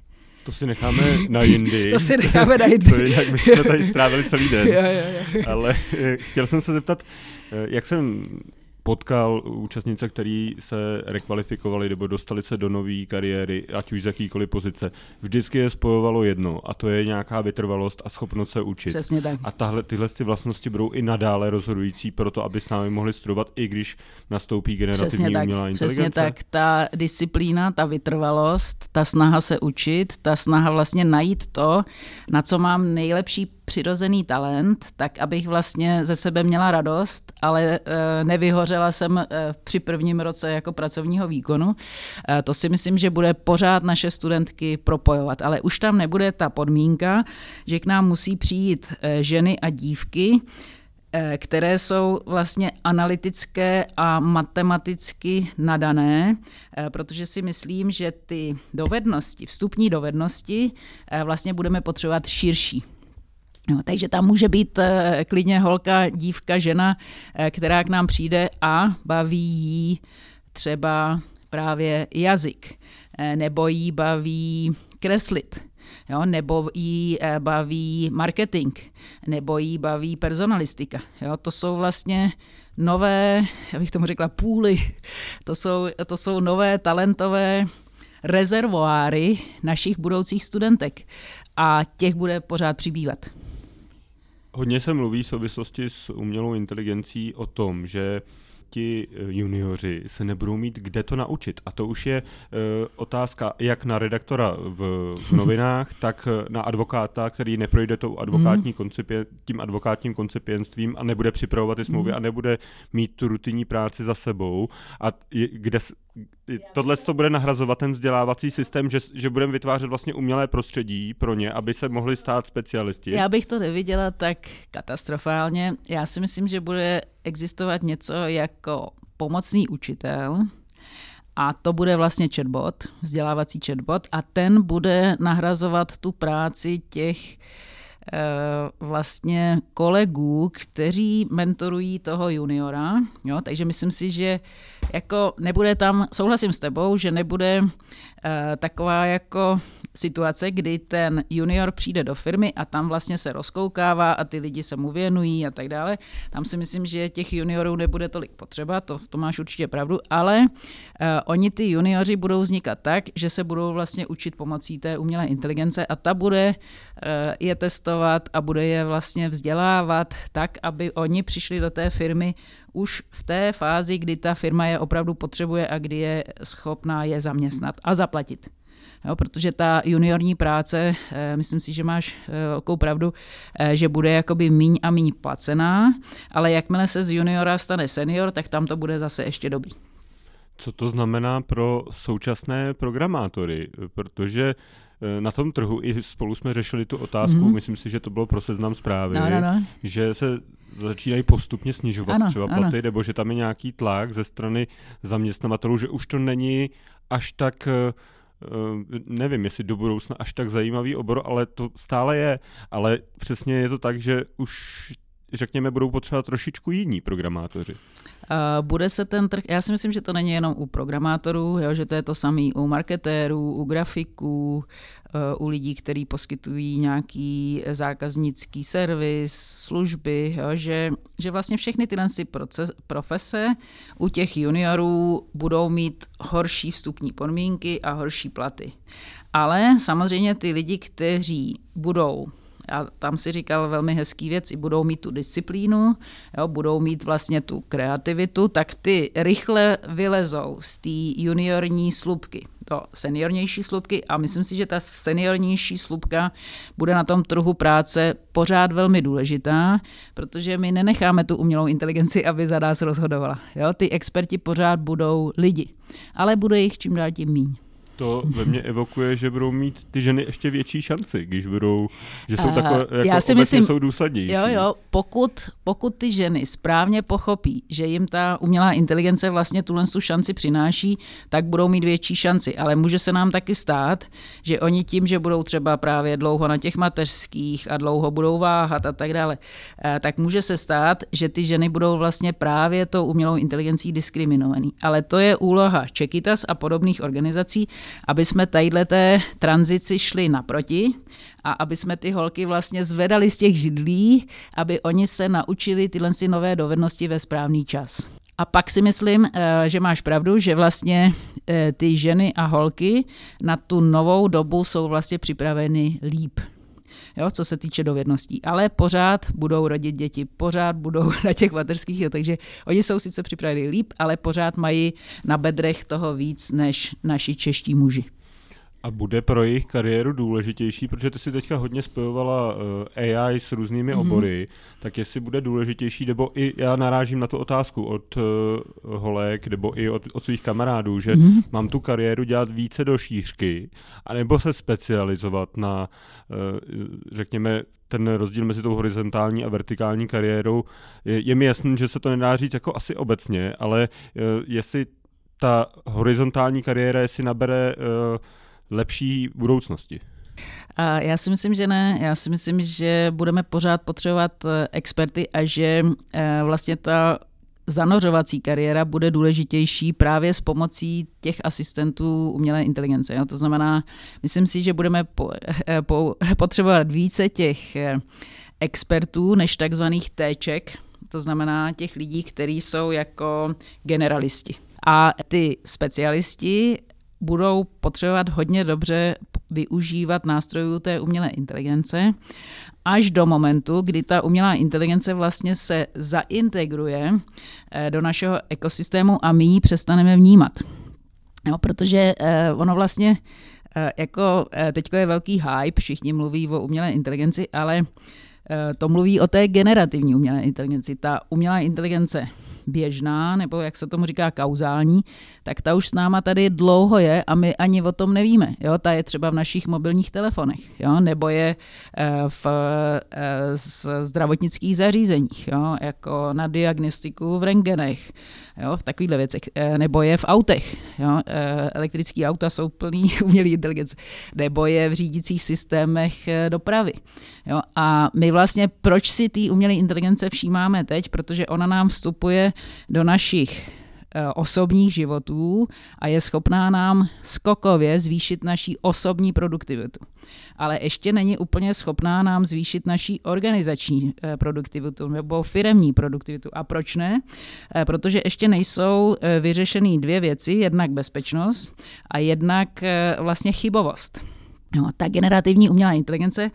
To si necháme na jindy. to si necháme na jindy. To jinak my jsme tady strávili celý den. jo, jo, jo. Ale chtěl jsem se zeptat, jak jsem potkal účastnice, který se rekvalifikovali nebo dostali se do nové kariéry, ať už z jakýkoliv pozice. Vždycky je spojovalo jedno a to je nějaká vytrvalost a schopnost se učit. Přesně tak. A tahle, tyhle ty vlastnosti budou i nadále rozhodující pro to, aby s námi mohli studovat, i když nastoupí generativní Přesně umělá tak, inteligence. Přesně tak. Ta disciplína, ta vytrvalost, ta snaha se učit, ta snaha vlastně najít to, na co mám nejlepší přirozený talent, tak abych vlastně ze sebe měla radost, ale e, nevyhořela jsem e, při prvním roce jako pracovního výkonu. E, to si myslím, že bude pořád naše studentky propojovat, ale už tam nebude ta podmínka, že k nám musí přijít e, ženy a dívky, e, které jsou vlastně analytické a matematicky nadané, e, protože si myslím, že ty dovednosti, vstupní dovednosti e, vlastně budeme potřebovat širší. No, takže tam může být uh, klidně holka, dívka, žena, uh, která k nám přijde a baví jí třeba právě jazyk, uh, nebo jí baví kreslit, jo, nebo jí uh, baví marketing, nebo jí baví personalistika. Jo, to jsou vlastně nové, abych tomu řekla, půly, to jsou, to jsou nové talentové rezervoáry našich budoucích studentek a těch bude pořád přibývat. Hodně se mluví v souvislosti s umělou inteligencí o tom, že ti junioři se nebudou mít kde to naučit. A to už je uh, otázka jak na redaktora v, v novinách, tak na advokáta, který neprojde tou advokátní koncipě, tím advokátním koncipienstvím a nebude připravovat ty smlouvy a nebude mít tu rutinní práci za sebou. A je, kde tohle to bude nahrazovat ten vzdělávací systém, že, že budeme vytvářet vlastně umělé prostředí pro ně, aby se mohli stát specialisti? Já bych to neviděla tak katastrofálně. Já si myslím, že bude existovat něco jako pomocný učitel a to bude vlastně chatbot, vzdělávací chatbot a ten bude nahrazovat tu práci těch vlastně kolegů, kteří mentorují toho juniora. Jo? Takže myslím si, že jako nebude tam, souhlasím s tebou, že nebude uh, taková jako situace, kdy ten junior přijde do firmy a tam vlastně se rozkoukává a ty lidi se mu věnují a tak dále. Tam si myslím, že těch juniorů nebude tolik potřeba, to, to máš určitě pravdu, ale uh, oni ty junioři budou vznikat tak, že se budou vlastně učit pomocí té umělé inteligence a ta bude uh, je testovat a bude je vlastně vzdělávat tak, aby oni přišli do té firmy už v té fázi, kdy ta firma je opravdu potřebuje a kdy je schopná je zaměstnat a zaplatit. Jo, protože ta juniorní práce, eh, myslím si, že máš eh, velkou pravdu, eh, že bude jakoby míň a míň placená, ale jakmile se z juniora stane senior, tak tam to bude zase ještě dobrý. Co to znamená pro současné programátory? Protože na tom trhu i spolu jsme řešili tu otázku, mm-hmm. myslím si, že to bylo pro Seznam Zprávy, no, no, no. že se začínají postupně snižovat ano, třeba platy, ano. nebo že tam je nějaký tlak ze strany zaměstnavatelů, že už to není až tak, nevím, jestli do budoucna až tak zajímavý obor, ale to stále je. Ale přesně je to tak, že už řekněme, budou potřebovat trošičku jiní programátoři. Uh, bude se ten trh, já si myslím, že to není jenom u programátorů, jo, že to je to samé u marketérů, u grafiků, uh, u lidí, kteří poskytují nějaký zákaznický servis, služby, jo, že, že vlastně všechny tyhle proces, profese u těch juniorů budou mít horší vstupní podmínky a horší platy. Ale samozřejmě ty lidi, kteří budou, a tam si říkal velmi hezký věc, i budou mít tu disciplínu, jo, budou mít vlastně tu kreativitu, tak ty rychle vylezou z té juniorní slupky do seniornější slupky a myslím si, že ta seniornější slupka bude na tom trhu práce pořád velmi důležitá, protože my nenecháme tu umělou inteligenci, aby za nás rozhodovala. Jo, ty experti pořád budou lidi, ale bude jich čím dál tím míň. To ve mně evokuje, že budou mít ty ženy ještě větší šanci, když budou, že jsou takové, jako já si obecně myslím, jsou důslednější. Jo, jo, pokud, pokud ty ženy správně pochopí, že jim ta umělá inteligence vlastně tuhle tu šanci přináší, tak budou mít větší šanci. Ale může se nám taky stát, že oni tím, že budou třeba právě dlouho na těch mateřských a dlouho budou váhat a tak dále, tak může se stát, že ty ženy budou vlastně právě tou umělou inteligencí diskriminovaný. Ale to je úloha Čekitas a podobných organizací, aby jsme tadyhleté tranzici šli naproti a aby jsme ty holky vlastně zvedali z těch židlí, aby oni se naučili tyhle si nové dovednosti ve správný čas. A pak si myslím, že máš pravdu, že vlastně ty ženy a holky na tu novou dobu jsou vlastně připraveny líp. Jo, co se týče dovedností, ale pořád budou rodit děti, pořád budou na těch mateřských, jo, takže oni jsou sice připraveni líp, ale pořád mají na bedrech toho víc než naši čeští muži. A bude pro jejich kariéru důležitější, protože ty si teďka hodně spojovala A I s různými mm-hmm. obory, tak jestli bude důležitější, nebo i já narážím na tu otázku od uh, holek, nebo i od, od svých kamarádů, že mm-hmm. mám tu kariéru dělat více do šířky, anebo se specializovat na, uh, řekněme, ten rozdíl mezi tou horizontální a vertikální kariérou. Je, je mi jasný, že se to nedá říct jako asi obecně, ale uh, jestli ta horizontální kariéra, jestli nabere uh, lepší budoucnosti? A já si myslím, že ne. Já si myslím, že budeme pořád potřebovat experty a že vlastně ta zanořovací kariéra bude důležitější právě s pomocí těch asistentů umělé inteligence. Jo? To znamená, myslím si, že budeme po, po, potřebovat více těch expertů než takzvaných téček, to znamená těch lidí, kteří jsou jako generalisti. A ty specialisti budou potřebovat hodně dobře využívat nástrojů té umělé inteligence až do momentu, kdy ta umělá inteligence vlastně se zaintegruje do našeho ekosystému a my ji přestaneme vnímat. Jo, protože ono vlastně jako teďko je velký hype, všichni mluví o umělé inteligenci, ale to mluví o té generativní umělé inteligenci. Ta umělá inteligence běžná, nebo jak se tomu říká kauzální, tak ta už s náma tady dlouho je a my ani o tom nevíme. Jo? Ta je třeba v našich mobilních telefonech, jo? Nebo je v zdravotnických zařízeních, jo? Jako na diagnostiku v rentgenech, jo? V takovýchhle věcech, nebo je v autech. Jo? Elektrické auta jsou plný umělé inteligence, nebo je v řídicích systémech dopravy. Jo? A my vlastně, proč si té umělé inteligence všímáme teď? Protože ona nám vstupuje do našich osobních životů a je schopná nám skokově zvýšit naší osobní produktivitu. Ale ještě není úplně schopná nám zvýšit naší organizační produktivitu nebo firemní produktivitu. A proč ne? Protože ještě nejsou vyřešený dvě věci, jednak bezpečnost a jednak vlastně chybovost. No, ta generativní umělá inteligence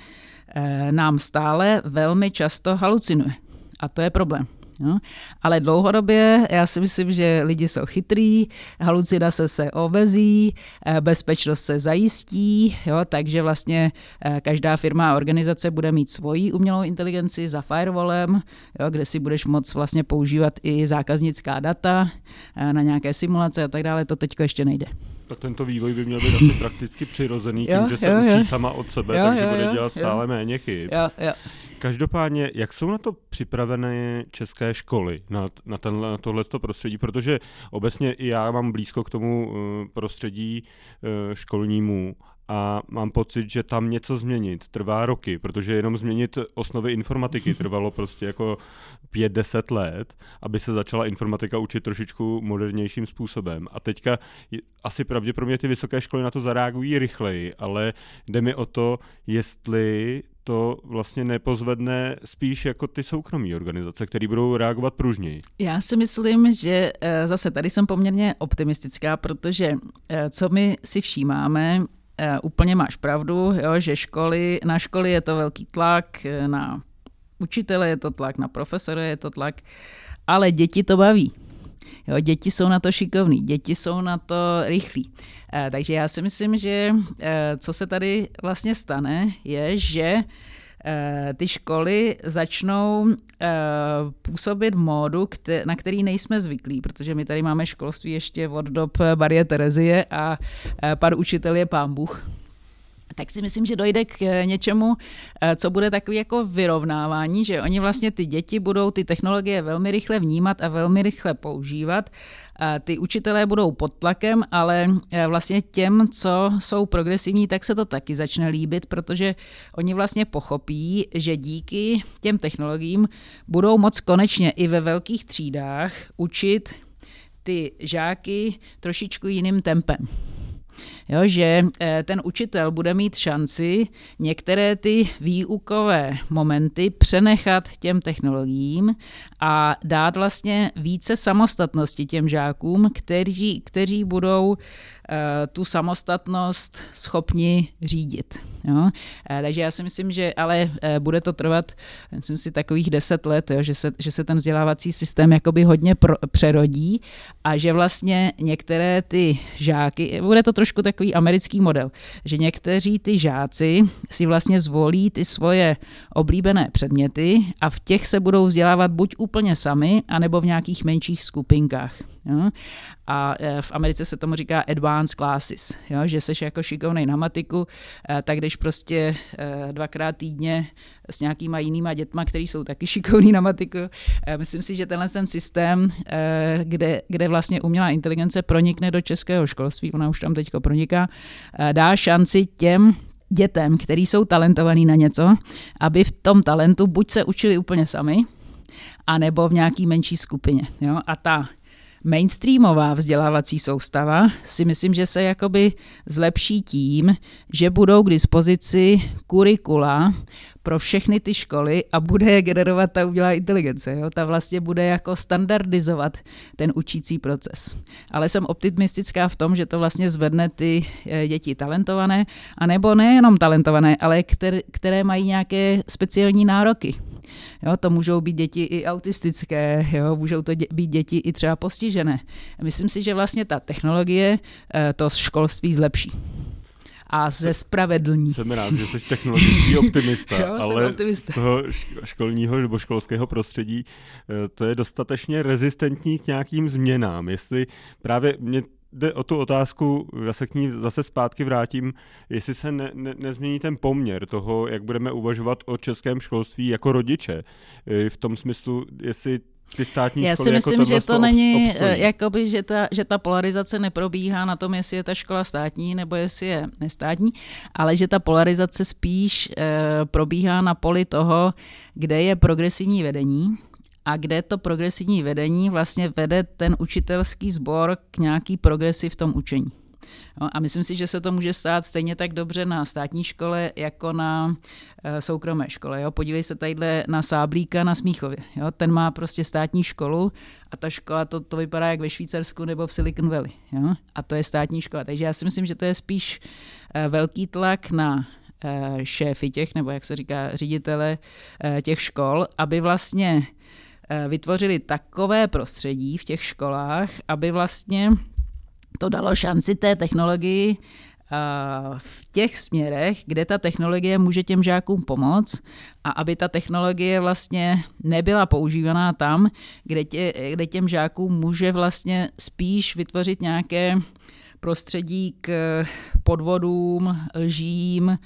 nám stále velmi často halucinuje. A to je problém. Jo? Ale dlouhodobě já si myslím, že lidi jsou chytrý, halucinace se omezí, bezpečnost se zajistí, jo? Takže vlastně každá firma a organizace bude mít svoji umělou inteligenci za firewallem, jo? Kde si budeš moct vlastně používat i zákaznická data na nějaké simulace a tak dále, to teďko ještě nejde. Tak tento vývoj by měl být asi prakticky přirozený tím, jo, že se jo, učí jo. sama od sebe, jo, takže jo, bude jo, dělat stále jo. méně chyb. Jo, jo. Každopádně, jak jsou na to připravené české školy, na, na, tenhle, na tohleto prostředí, protože obecně i já mám blízko k tomu prostředí školnímu a mám pocit, že tam něco změnit trvá roky, protože jenom změnit osnovy informatiky trvalo prostě jako pět deset let, aby se začala informatika učit trošičku modernějším způsobem. A teďka asi pravděpodobně ty vysoké školy na to zareagují rychleji, ale jde mi o to, jestli to vlastně nepozvedne spíš jako ty soukromé organizace, které budou reagovat pružněji. Já si myslím, že zase tady jsem poměrně optimistická, protože co my si všímáme, úplně máš pravdu, jo, že školy, na školy je to velký tlak, na učitele je to tlak, na profesory je to tlak, ale děti to baví. Jo, děti jsou na to šikovní, děti jsou na to rychlí. E, takže já si myslím, že e, co se tady vlastně stane, je, že e, ty školy začnou e, působit v módu, kte- na který nejsme zvyklí, protože my tady máme školství ještě od dob Marie Terezie a e, pan učitel je pán Bůh. Tak si myslím, že dojde k něčemu, co bude takový jako vyrovnávání, že oni vlastně ty děti budou ty technologie velmi rychle vnímat a velmi rychle používat. Ty učitelé budou pod tlakem, ale vlastně těm, co jsou progresivní, tak se to taky začne líbit, protože oni vlastně pochopí, že díky těm technologiím budou moc konečně i ve velkých třídách učit ty žáky trošičku jiným tempem. Jo, že ten učitel bude mít šanci některé ty výukové momenty přenechat těm technologiím a dát vlastně více samostatnosti těm žákům, kteří, kteří budou uh, tu samostatnost schopni řídit. Jo? Uh, takže já si myslím, že ale uh, bude to trvat, myslím si, takových deset let, jo, že, se, že se ten vzdělávací systém jakoby hodně pro, přerodí a že vlastně některé ty žáky, bude to trošku takový americký model, že někteří ty žáci si vlastně zvolí ty svoje oblíbené předměty a v těch se budou vzdělávat buď úplně sami, anebo v nějakých menších skupinkách. Jo? A v Americe se tomu říká advanced classes, jo? Že seš jako šikovnej na matiku, tak jdeš prostě dvakrát týdně s nějakýma jinýma dětma, který jsou taky šikovní na matiku. Myslím si, že tenhle ten systém, kde, kde vlastně umělá inteligence pronikne do českého školství, ona už tam teďko proniká, dá šanci těm dětem, který jsou talentovaní na něco, aby v tom talentu buď se učili úplně sami, anebo v nějaký menší skupině. Jo? A ta mainstreamová vzdělávací soustava si myslím, že se jakoby zlepší tím, že budou k dispozici kurikula pro všechny ty školy a bude je generovat ta umělá inteligence. Jo? Ta vlastně bude jako standardizovat ten učící proces. Ale jsem optimistická v tom, že to vlastně zvedne ty děti talentované, anebo nejenom talentované, ale které, které mají nějaké speciální nároky. Jo, to můžou být děti i autistické, jo, můžou to dě- být děti i třeba postižené. Myslím si, že vlastně ta technologie to školství zlepší. A ze spravedlní. Jsem rád, že jsi technologický optimista, jo, ale optimista. Z toho školního nebo školského prostředí to je dostatečně rezistentní k nějakým změnám. Jestli právě mě jde o tu otázku, já se k ní zase zpátky vrátím, jestli se ne, ne, nezmění ten poměr toho, jak budeme uvažovat o českém školství jako rodiče. V tom smyslu, jestli ty státní Já školy si myslím, jako že to není, obstojí. jakoby, že ta, že ta polarizace neprobíhá na tom, jestli je ta škola státní nebo jestli je nestátní, ale že ta polarizace spíš e, probíhá na poli toho, kde je progresivní vedení a kde to progresivní vedení vlastně vede ten učitelský sbor k nějaký progresi v tom učení. No, a myslím si, že se to může stát stejně tak dobře na státní škole, jako na e, soukromé škole. Jo? Podívej se tadyhle na Sáblíka na Smíchově. Jo? Ten má prostě státní školu a ta škola, to, to vypadá jak ve Švýcarsku nebo v Silicon Valley. Jo? A to je státní škola. Takže já si myslím, že to je spíš e, velký tlak na e, šéfy těch, nebo jak se říká, ředitele e, těch škol, aby vlastně e, vytvořili takové prostředí v těch školách, aby vlastně to dalo šanci té technologii v těch směrech, kde ta technologie může těm žákům pomoct a aby ta technologie vlastně nebyla používaná tam, kde, tě, kde těm žákům může vlastně spíš vytvořit nějaké prostředí k podvodům, lžím,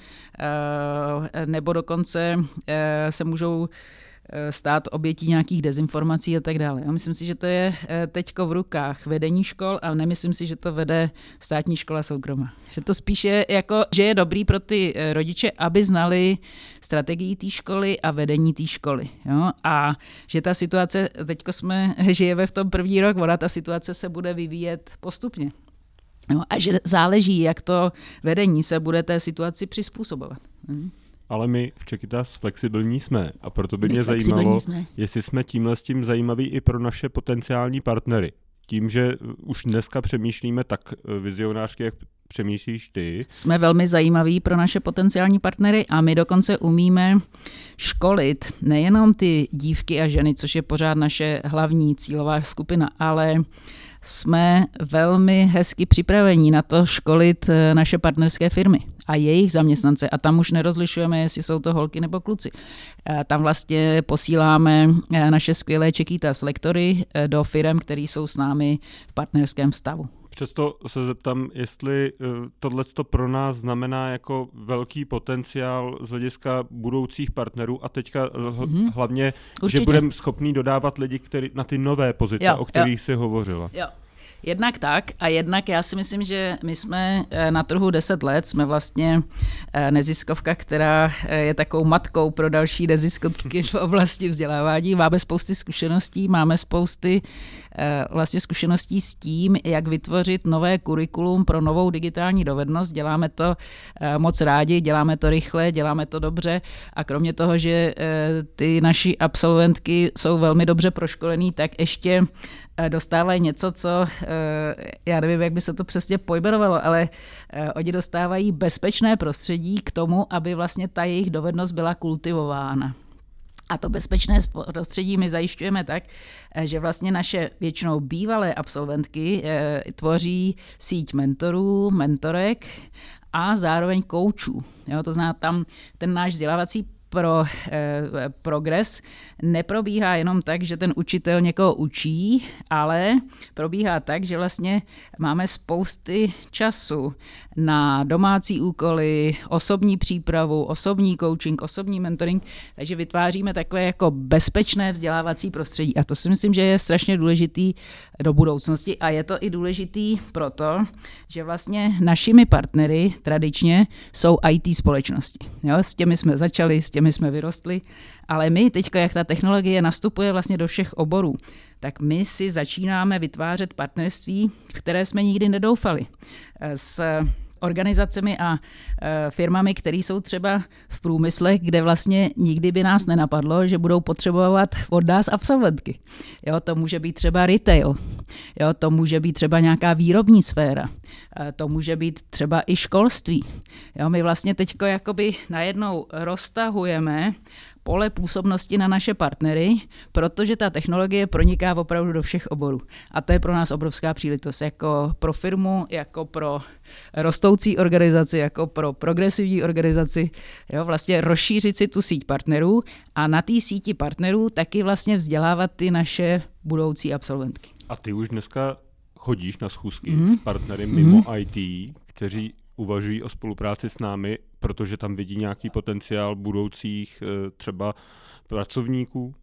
nebo dokonce se můžou stát obětí nějakých dezinformací a tak dále. Já myslím si, že to je teďko v rukách vedení škol a nemyslím si, že to vede státní škola soukromá. Že to spíš je jako, že je dobrý pro ty rodiče, aby znali strategii té školy a vedení té školy. Jo? A že ta situace, teďko jsme žijeme v tom první rok, ona ta situace se bude vyvíjet postupně. Jo? A že záleží, jak to vedení se bude té situaci přizpůsobovat. Hm? Ale my v Čekytas flexibilní jsme a proto by my mě zajímalo, jsme. jestli jsme tímhle s tím zajímaví i pro naše potenciální partnery. Tím, že už dneska přemýšlíme tak vizionářky, jak přemýšlíš ty. Jsme velmi zajímaví pro naše potenciální partnery a my dokonce umíme školit nejenom ty dívky a ženy, což je pořád naše hlavní cílová skupina, ale jsme velmi hezky připraveni na to školit naše partnerské firmy a jejich zaměstnance. A tam už nerozlišujeme, jestli jsou to holky nebo kluci. Tam vlastně posíláme naše skvělé Čekytas lektory do firem, které jsou s námi v partnerském vztahu. Přesto se zeptám, jestli tohleto pro nás znamená jako velký potenciál z hlediska budoucích partnerů a teďka mm-hmm. hlavně, Určitě. že budeme schopní dodávat lidi který, na ty nové pozice, jo, o kterých jo. jsi hovořila. Jo. Jednak tak a jednak já si myslím, že my jsme na trhu deset let, jsme vlastně neziskovka, která je takovou matkou pro další neziskovky v oblasti vzdělávání. Máme spousty zkušeností, máme spousty vlastně zkušeností s tím, jak vytvořit nové kurikulum pro novou digitální dovednost. Děláme to moc rádi, děláme to rychle, děláme to dobře a kromě toho, že ty naši absolventky jsou velmi dobře proškolený, tak ještě dostávají něco, co, já nevím, jak by se to přesně pojmenovalo, ale oni dostávají bezpečné prostředí k tomu, aby vlastně ta jejich dovednost byla kultivována. A to bezpečné prostředí my zajišťujeme tak, že vlastně naše většinou bývalé absolventky tvoří síť mentorů, mentorek a zároveň koučů. Jo, to znamená, tam ten náš vzdělávací pro eh, progres neprobíhá jenom tak, že ten učitel někoho učí, ale probíhá tak, že vlastně máme spousty času na domácí úkoly, osobní přípravu, osobní coaching, osobní mentoring, takže vytváříme takové jako bezpečné vzdělávací prostředí a to si myslím, že je strašně důležitý do budoucnosti a je to i důležitý proto, že vlastně našimi partnery tradičně jsou í té společnosti. Jo? S těmi jsme začali, s těmi jsme vyrostli, ale my teď, jak ta technologie nastupuje vlastně do všech oborů, tak my si začínáme vytvářet partnerství, v které jsme nikdy nedoufali. S organizacemi a firmami, které jsou třeba v průmyslech, kde vlastně nikdy by nás nenapadlo, že budou potřebovat od nás absolventky. Jo, to může být třeba retail, jo, to může být třeba nějaká výrobní sféra, to může být třeba i školství. Jo, my vlastně teďko jakoby najednou roztahujeme pole působnosti na naše partnery, protože ta technologie proniká opravdu do všech oborů. A to je pro nás obrovská příležitost, jako pro firmu, jako pro rostoucí organizaci, jako pro progresivní organizaci, jo, vlastně rozšířit si tu síť partnerů a na té síti partnerů taky vlastně vzdělávat ty naše budoucí absolventky. A ty už dneska chodíš na schůzky mm-hmm. s partnery mimo mm-hmm. í té, kteří uvažují o spolupráci s námi, protože tam vidí nějaký potenciál budoucích třeba pracovníků?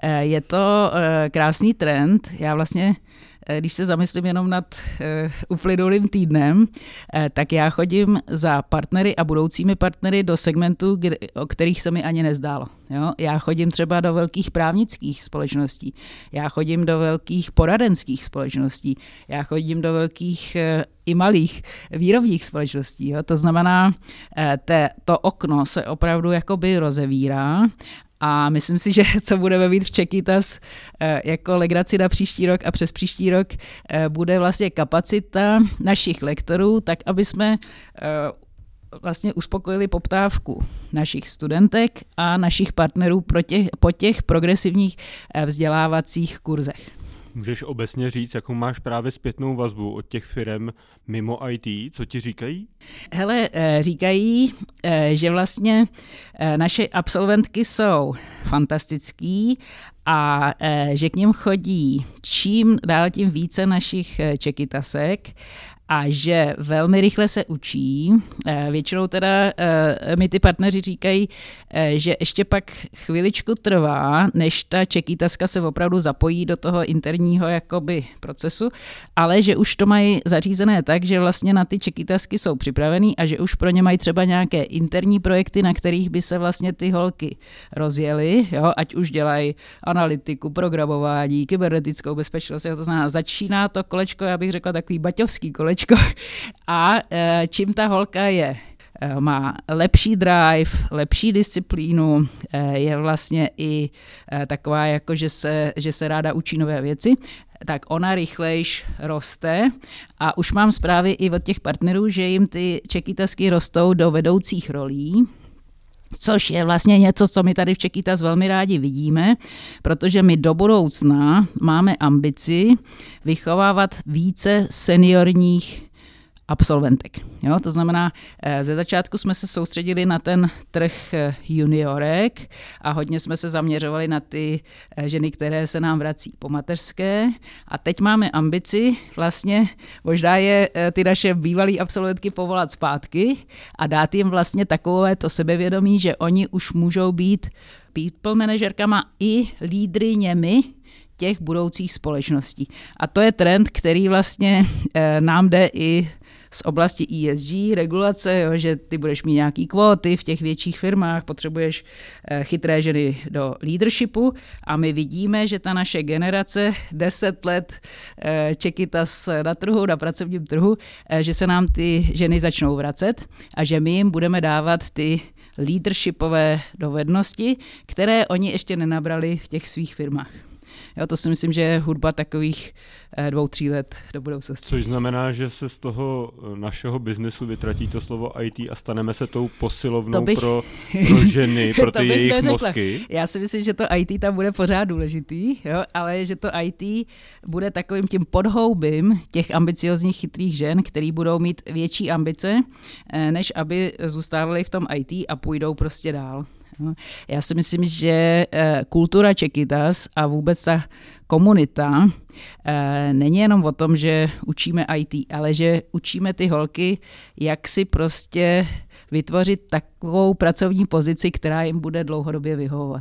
Je to krásný trend. Já vlastně, když se zamyslím jenom nad uplynulým týdnem, tak já chodím za partnery a budoucími partnery do segmentů, o kterých se mi ani nezdálo. Jo? Já chodím třeba do velkých právnických společností, já chodím do velkých poradenských společností, já chodím do velkých i malých výrobních společností. Jo? To znamená, te, to okno se opravdu jakoby rozevírá. A myslím si, že co budeme mít v Čekytas jako legraci na příští rok a přes příští rok bude vlastně kapacita našich lektorů, tak aby jsme vlastně uspokojili poptávku našich studentek a našich partnerů pro těch, po těch progresivních vzdělávacích kurzech. Můžeš obecně říct, jakou máš právě zpětnou vazbu od těch firem mimo í té, co ti říkají? Hele, říkají, že vlastně naše absolventky jsou fantastický a že k nim chodí čím dál tím více našich čekytasek a že velmi rychle se učí. Většinou teda mi ty partneři říkají, že ještě pak chviličku trvá, než ta čekytaska se opravdu zapojí do toho interního jakoby procesu, ale že už to mají zařízené tak, že vlastně na ty čekytasky jsou připravený a že už pro ně mají třeba nějaké interní projekty, na kterých by se vlastně ty holky rozjely, jo? Ať už dělají analytiku, programování, kybernetickou bezpečnost, to znamená, začíná to kolečko, já bych řekla takový baťovský kolečko, a čím ta holka je, má lepší drive, lepší disciplínu, je vlastně i taková, jako že se, že se ráda učí nové věci, tak ona rychlejš roste a už mám zprávy i od těch partnerů, že jim ty čekytasky rostou do vedoucích rolí, což je vlastně něco, co my tady v Čekytas velmi rádi vidíme, protože my do budoucna máme ambici vychovávat více seniorních absolventek. Jo, to znamená, ze začátku jsme se soustředili na ten trh juniorek a hodně jsme se zaměřovali na ty ženy, které se nám vrací po mateřské. A teď máme ambici vlastně možná je ty naše bývalé absolventky povolat zpátky a dát jim vlastně takové to sebevědomí, že oni už můžou být people manažerkama i lídryněmi těch budoucích společností. A to je trend, který vlastně nám jde i z oblasti E S G, regulace, jo, že ty budeš mít nějaký kvóty v těch větších firmách, potřebuješ chytré ženy do leadershipu a my vidíme, že ta naše generace deset let Čekytas na trhu, na pracovním trhu, že se nám ty ženy začnou vracet a že my jim budeme dávat ty leadershipové dovednosti, které oni ještě nenabrali v těch svých firmách. Jo, to si myslím, že je hudba takových dvou, tří let do budoucnosti. Což znamená, že se z toho našeho biznesu vytratí to slovo í té a staneme se tou posilovnou bych, pro, pro ženy, pro ty jejich neřekla. Mozky. Já si myslím, že to í té tam bude pořád důležitý, jo, ale že to í té bude takovým tím podhoubím těch ambiciozních chytrých žen, který budou mít větší ambice, než aby zůstávali v tom í té a půjdou prostě dál. Já si myslím, že kultura Čekytas a vůbec ta komunita není jenom o tom, že učíme í té, ale že učíme ty holky, jak si prostě vytvořit takovou pracovní pozici, která jim bude dlouhodobě vyhovovat.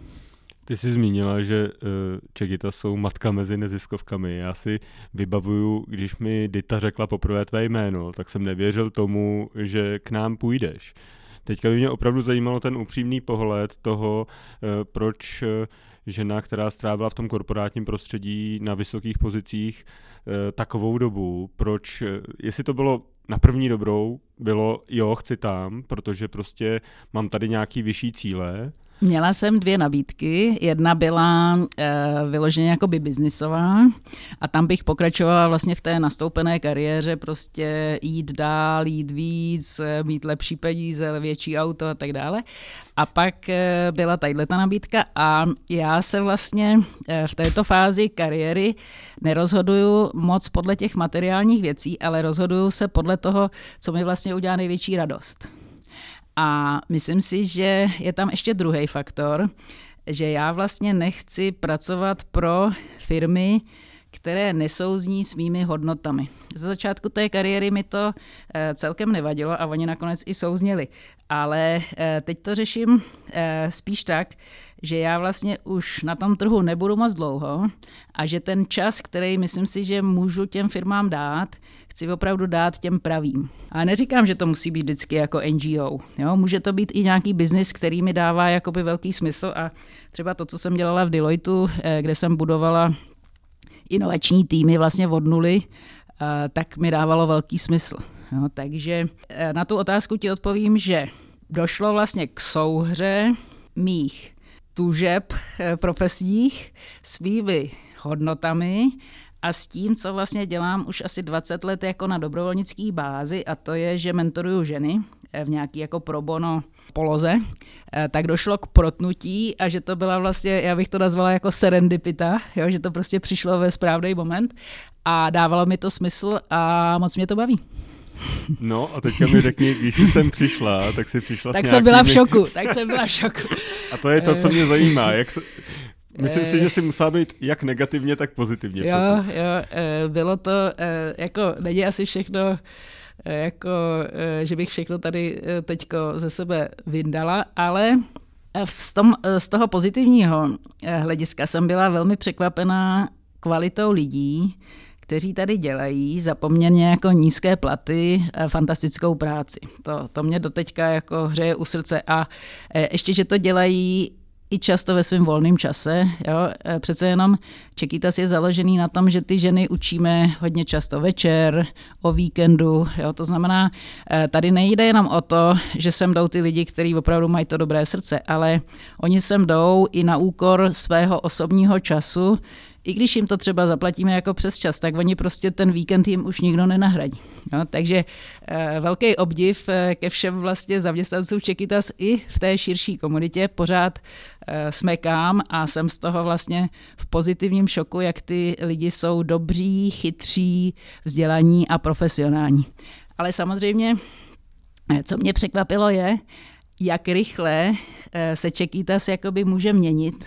Ty jsi zmínila, že Čekytas jsou matka mezi neziskovkami. Já si vybavuju, když mi Dita řekla poprvé tvé jméno, tak jsem nevěřil tomu, že k nám půjdeš. Teďka by mě opravdu zajímalo ten upřímný pohled toho, proč žena, která strávila v tom korporátním prostředí na vysokých pozicích takovou dobu, proč, jestli to bylo na první dobrou, bylo jo, chci tam, protože prostě mám tady nějaký vyšší cíle. Měla jsem dvě nabídky. Jedna byla e, vyloženě jakoby biznisová a tam bych pokračovala vlastně v té nastoupené kariéře, prostě jít dál, jít víc, mít lepší peníze, větší auto a tak dále. A pak e, byla tadyhleta nabídka a já se vlastně e, v této fázi kariéry nerozhoduju moc podle těch materiálních věcí, ale rozhoduju se podle toho, co mi vlastně udělá největší radost. A myslím si, že je tam ještě druhý faktor, že já vlastně nechci pracovat pro firmy, které nesouzní s mými hodnotami. Za začátku té kariéry mi to celkem nevadilo a oni nakonec i souzněli. Ale teď to řeším spíš tak, že já vlastně už na tom trhu nebudu moc dlouho a že ten čas, který myslím si, že můžu těm firmám dát, chci opravdu dát těm pravým. A neříkám, že to musí být vždycky jako N G O. Jo? Může to být i nějaký biznis, který mi dává jakoby velký smysl a třeba to, co jsem dělala v Deloitu, kde jsem budovala inovační týmy vlastně od nuly, tak mi dávalo velký smysl. Jo? Takže na tu otázku ti odpovím, že došlo vlastně k souhře mých tužeb profesních svými hodnotami a s tím, co vlastně dělám už asi dvacet let jako na dobrovolnické bázi, a to je, že mentoruju ženy v nějaký jako pro bono poloze, tak došlo k protnutí a že to byla vlastně, já bych to nazvala jako serendipita, jo, že to prostě přišlo ve správný moment a dávalo mi to smysl a moc mě to baví. No a teďka mi řekni, když jsi sem přišla, tak jsi přišla tak s nějakými... nějakými... jsem byla v šoku, tak jsem byla v šoku. A to je to, co mě zajímá. Jak se... Myslím si, že jsi musela být jak negativně, tak pozitivně v jo, šoku. Jo, bylo to, jako není asi všechno, jako, že bych všechno tady teďko ze sebe vyndala, ale z, tom, z toho pozitivního hlediska jsem byla velmi překvapená kvalitou lidí, kteří tady dělají za poměrně jako nízké platy fantastickou práci. To, to mě doteďka jako hřeje u srdce a ještě, že to dělají i často ve svém volném čase. Jo. Přece jenom Čekytas je založený na tom, že ty ženy učíme hodně často večer, o víkendu. Jo. To znamená, tady nejde jenom o to, že sem jdou ty lidi, kteří opravdu mají to dobré srdce, ale oni sem jdou i na úkor svého osobního času. I když jim to třeba zaplatíme jako přes čas, tak oni prostě ten víkend jim už nikdo nenahradí. Jo, takže e, velký obdiv e, ke všem vlastně zaměstnancům Čekytas i v té širší komunitě. Pořád e, smekám a jsem z toho vlastně v pozitivním šoku, jak ty lidi jsou dobří, chytří, vzdělaní a profesionální. Ale samozřejmě, co mě překvapilo je, jak rychle e, se Čekytas jakoby může měnit.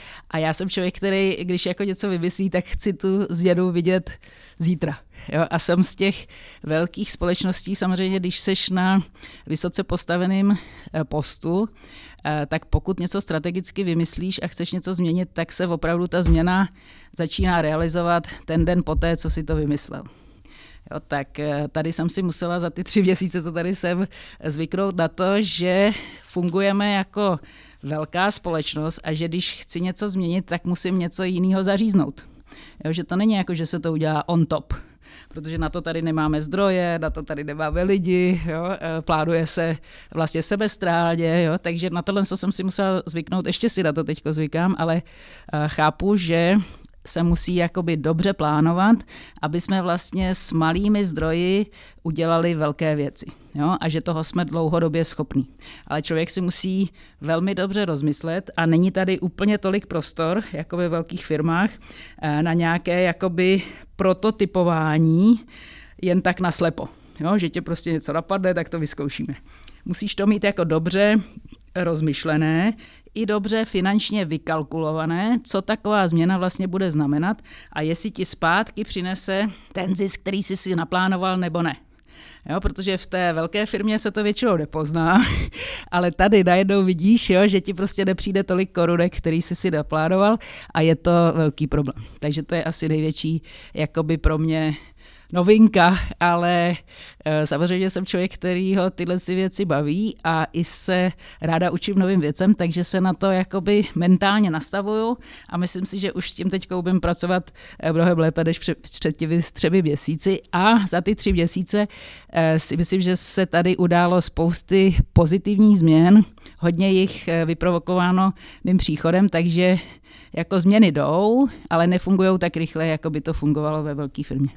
A já jsem člověk, který, když jako něco vymyslí, tak chci tu změnu vidět zítra. Jo? A jsem z těch velkých společností, samozřejmě, když seš na vysoce postaveném postu, tak pokud něco strategicky vymyslíš a chceš něco změnit, tak se opravdu ta změna začíná realizovat ten den poté, co si to vymyslel. Jo, tak tady jsem si musela za ty tři měsíce, co tady jsem, zvyknout na to, že fungujeme jako velká společnost a že když chci něco změnit, tak musím něco jiného zaříznout. Jo, že to není jako, že se to udělá on top, protože na to tady nemáme zdroje, na to tady nemáme lidi, jo, plánuje se vlastně sebestrádě, jo, takže na tohle jsem si musela zvyknout, ještě si na to teďko zvykám, ale chápu, že se musí jakoby dobře plánovat, aby jsme vlastně s malými zdroji udělali velké věci. Jo? A že toho jsme dlouhodobě schopní. Ale člověk si musí velmi dobře rozmyslet a není tady úplně tolik prostor, jako ve velkých firmách, na nějaké jakoby prototypování jen tak naslepo. Jo? Že tě prostě něco napadne, tak to vyzkoušíme. Musíš to mít jako dobře rozmyšlené, i dobře finančně vykalkulované, co taková změna vlastně bude znamenat a jestli ti zpátky přinese ten zisk, který jsi si naplánoval, nebo ne. Jo, protože v té velké firmě se to většinou nepozná, ale tady najednou vidíš, jo, že ti prostě nepřijde tolik korunek, který jsi si naplánoval a je to velký problém. Takže to je asi největší jakoby pro mě novinka, ale e, samozřejmě jsem člověk, který ho tyhle si věci baví a i se ráda učím novým věcem, takže se na to jakoby mentálně nastavuju a myslím si, že už s tím teďkou budem pracovat mnohem lépe než před, před těmi třemi měsíci a za ty tři měsíce e, si myslím, že se tady událo spousty pozitivních změn, hodně jich vyprovokováno mým příchodem, takže jako změny jdou, ale nefungují tak rychle, jako by to fungovalo ve velké firmě.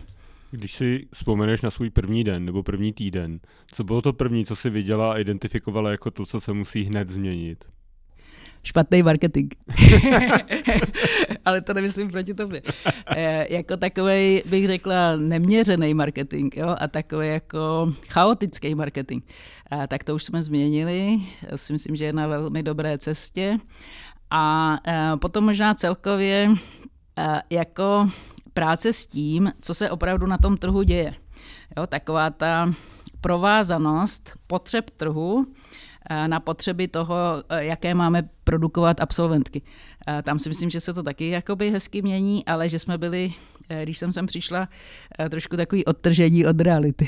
Když si vzpomeneš na svůj první den nebo první týden, co bylo to první, co jsi viděla a identifikovala jako to, co se musí hned změnit? Špatný marketing. Ale to nemyslím proti tobě. E, jako takovej, bych řekla, neměřený marketing, jo? A takový jako chaotický marketing. A tak to už jsme změnili. Já si myslím, že je na velmi dobré cestě. A e, potom možná celkově e, jako práce s tím, co se opravdu na tom trhu děje. Jo, taková ta provázanost potřeb trhu na potřeby toho, jaké máme produkovat absolventky. Tam si myslím, že se to taky jakoby hezky mění, ale že jsme byli, když jsem sem přišla, trošku takový odtržení od reality.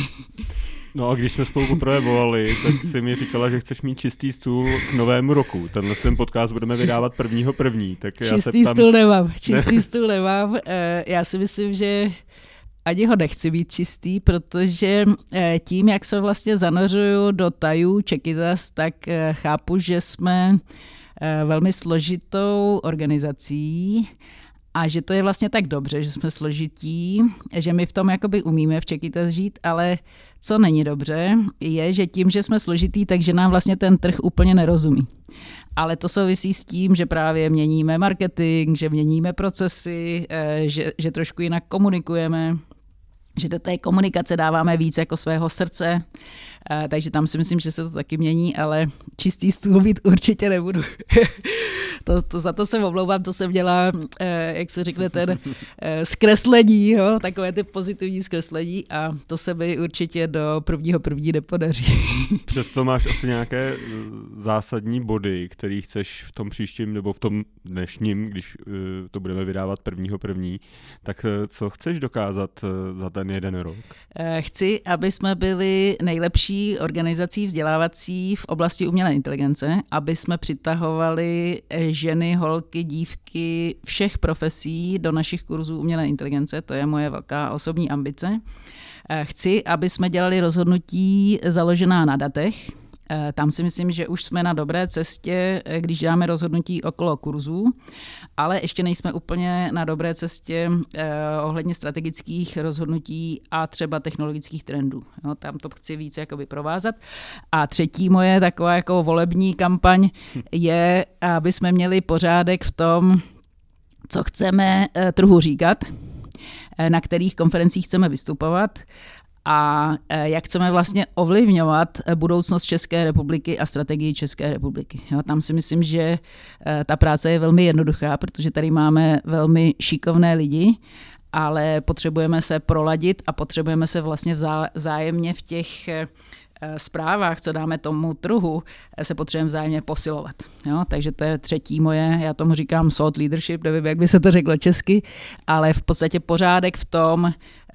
No a když jsme spolu poprvé volali, tak jsi mi říkala, že chceš mít čistý stůl k novému roku. Tenhle ten podcast budeme vydávat prvního první. Tak čistý já se ptám... stůl nemám, čistý ne. stůl nemám. Já si myslím, že ani ho nechci být čistý, protože tím, jak se vlastně zanořuju do tajů Čekytas, tak chápu, že jsme velmi složitou organizací a že to je vlastně tak dobře, že jsme složití, že my v tom jakoby umíme v Čekytas žít, ale co není dobře, je, že tím, že jsme složitý, takže nám vlastně ten trh úplně nerozumí. Ale to souvisí s tím, že právě měníme marketing, že měníme procesy, že, že trošku jinak komunikujeme, že do té komunikace dáváme víc jako svého srdce, takže tam si myslím, že se to taky mění, ale čistý stůl být určitě nebudu. to, to, za to se omlouvám, to jsem dělala, jak se řekne, ten zkreslení, jo? Takové ty pozitivní zkreslení a to se mi určitě do prvního první nepodaří. Přesto máš asi nějaké zásadní body, které chceš v tom příštím nebo v tom dnešním, když to budeme vydávat prvního první, tak co chceš dokázat za ten jeden rok? Chci, aby jsme byli nejlepší organizací vzdělávací v oblasti umělé inteligence, aby jsme přitahovali ženy, holky, dívky všech profesí do našich kurzů umělé inteligence. To je moje velká osobní ambice. Chci, aby jsme dělali rozhodnutí založená na datech. Tam si myslím, že už jsme na dobré cestě, když děláme rozhodnutí okolo kurzů, ale ještě nejsme úplně na dobré cestě eh, ohledně strategických rozhodnutí a třeba technologických trendů. Jo, tam to chci víc jakoby provázat. A třetí moje taková jako volební kampaň je, aby jsme měli pořádek v tom, co chceme eh, trhu říkat, eh, na kterých konferencích chceme vystupovat, a jak chceme vlastně ovlivňovat budoucnost České republiky a strategii České republiky. Jo, tam si myslím, že ta práce je velmi jednoduchá, protože tady máme velmi šikovné lidi, ale potřebujeme se proladit a potřebujeme se vlastně vzájemně v těch zprávách, co dáme tomu trhu, se potřebujeme vzájemně posilovat. Jo? Takže to je třetí moje, já tomu říkám thought leadership, nevím, jak by se to řeklo česky, ale v podstatě pořádek v tom,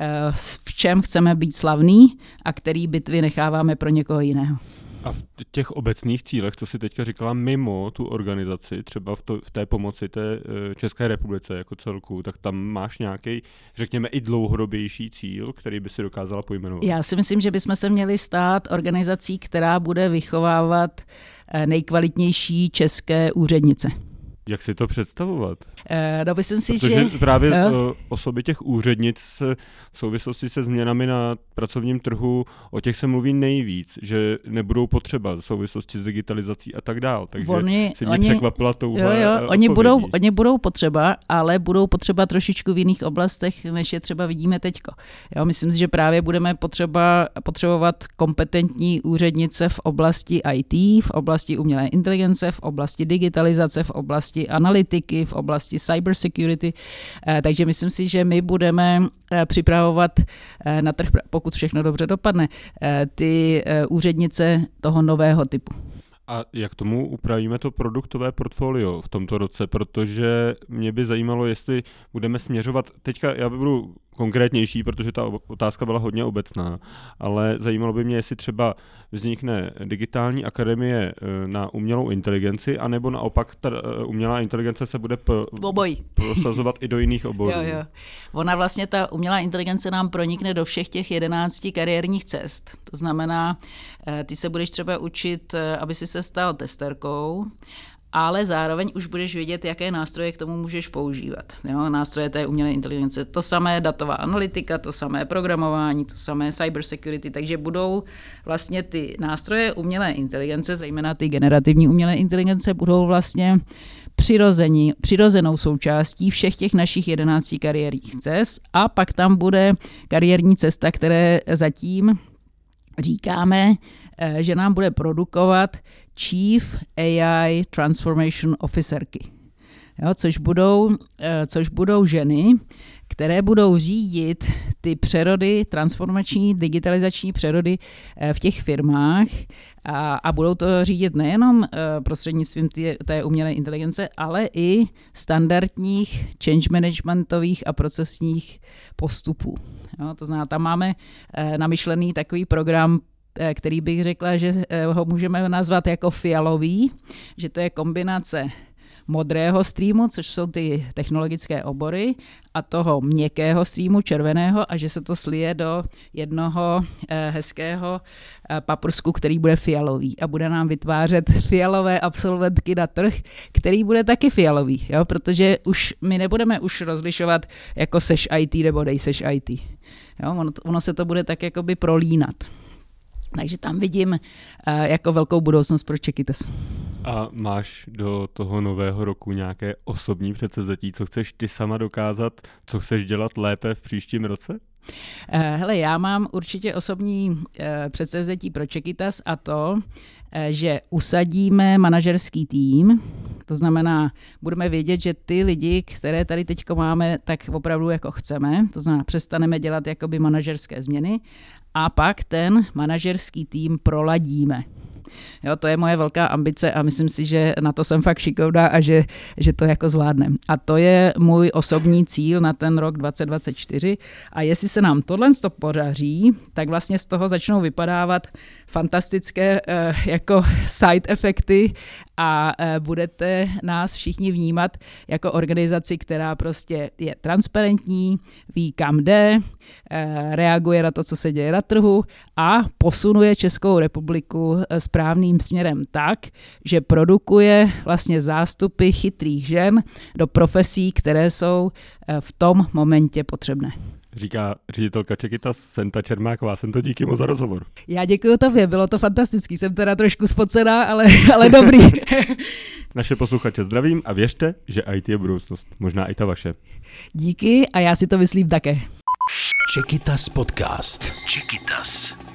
v čem chceme být slavný a který bitvy necháváme pro někoho jiného. A v těch obecných cílech, co jsi teďka říkala, mimo tu organizaci, třeba v, to, v té pomoci té České republice jako celku, tak tam máš nějaký, řekněme, i dlouhodobější cíl, který by si dokázala pojmenovat? Já si myslím, že bychom se měli stát organizací, která bude vychovávat nejkvalitnější české úřednice. Jak si to představovat? No, myslím si, Protože že... právě no. osoby těch úřednic v souvislosti se změnami na pracovním trhu, o těch se mluví nejvíc, že nebudou potřeba v souvislosti s digitalizací a tak dál. Takže oni, si mě oni, překvapila touhle jo, jo, oni budou, oni budou potřeba, ale budou potřeba trošičku v jiných oblastech, než je třeba vidíme teďko. Jo, myslím si, že právě budeme potřeba, potřebovat kompetentní úřednice v oblasti í té, v oblasti umělé inteligence, v oblasti digitalizace, v oblasti analytiky, v oblasti cybersecurity, takže myslím si, že my budeme připravovat na trh, pokud všechno dobře dopadne, ty úřednice toho nového typu. A jak tomu upravíme to produktové portfolio v tomto roce, protože mě by zajímalo, jestli budeme směřovat, teďka já budu konkrétnější, protože ta otázka byla hodně obecná, ale zajímalo by mě, jestli třeba vznikne digitální akademie na umělou inteligenci, anebo naopak ta umělá inteligence se bude p- prosazovat i do jiných oborů. Jo, jo. Ona vlastně, ta umělá inteligence nám pronikne do všech těch jedenácti kariérních cest. To znamená, ty se budeš třeba učit, aby si se stal testerkou, ale zároveň už budeš vědět, jaké nástroje k tomu můžeš používat. Jo, nástroje té umělé inteligence, to samé datová analytika, to samé programování, to samé cybersecurity, takže budou vlastně ty nástroje umělé inteligence, zejména ty generativní umělé inteligence, budou vlastně přirození, přirozenou součástí všech těch našich jedenácti kariérních cest a pak tam bude kariérní cesta, které zatím říkáme, že nám bude produkovat Chief A I Transformation Officerky. jo, což, budou, což budou ženy, které budou řídit ty přerody, transformační, digitalizační přerody v těch firmách a, a budou to řídit nejenom prostřednictvím té, té umělé inteligence, ale i standardních change managementových a procesních postupů. Jo, to znamená, tam máme namyšlený takový program, který bych řekla, že ho můžeme nazvat jako fialový, že to je kombinace modrého streamu, což jsou ty technologické obory, a toho měkkého streamu, červeného, a že se to slije do jednoho eh, hezkého eh, paprsku, který bude fialový a bude nám vytvářet fialové absolventky na trh, který bude taky fialový, jo? Protože už my nebudeme už rozlišovat, jako seš í té nebo nejseš í té. Jo? Ono, ono se to bude tak jakoby prolínat. Takže tam vidím uh, jako velkou budoucnost pro Czechitas. A máš do toho nového roku nějaké osobní předsevzetí, co chceš ty sama dokázat, co chceš dělat lépe v příštím roce? Uh, hele, já mám určitě osobní uh, předsevzetí pro Czechitas a to, uh, že usadíme manažerský tým. To znamená, budeme vědět, že ty lidi, které tady teď máme, tak opravdu jako chceme. To znamená, přestaneme dělat jakoby manažerské změny a pak ten manažerský tým proladíme. Jo, to je moje velká ambice a myslím si, že na to jsem fakt šikovná a že, že to jako zvládnem. A to je můj osobní cíl na ten rok dvacet dvacet čtyři a jestli se nám tohle podaří, tak vlastně z toho začnou vypadávat fantastické eh, jako side efekty a eh, budete nás všichni vnímat jako organizaci, která prostě je transparentní, ví kam jde, eh, reaguje na to, co se děje na trhu a posunuje Českou republiku správným směrem tak, že produkuje vlastně zástupy chytrých žen do profesí, které jsou v tom momentě potřebné. Říká ředitelka Czechitas Senta Čermáková. Sento, díky moc za rozhovor. Já děkuji tobě, bylo to fantastický. Jsem teda trošku spocená, ale, ale dobrý. Naše posluchače zdravím a věřte, že í té je budoucnost. Možná i ta vaše. Díky a já si to myslím také. Czechitas podcast. Czechitas.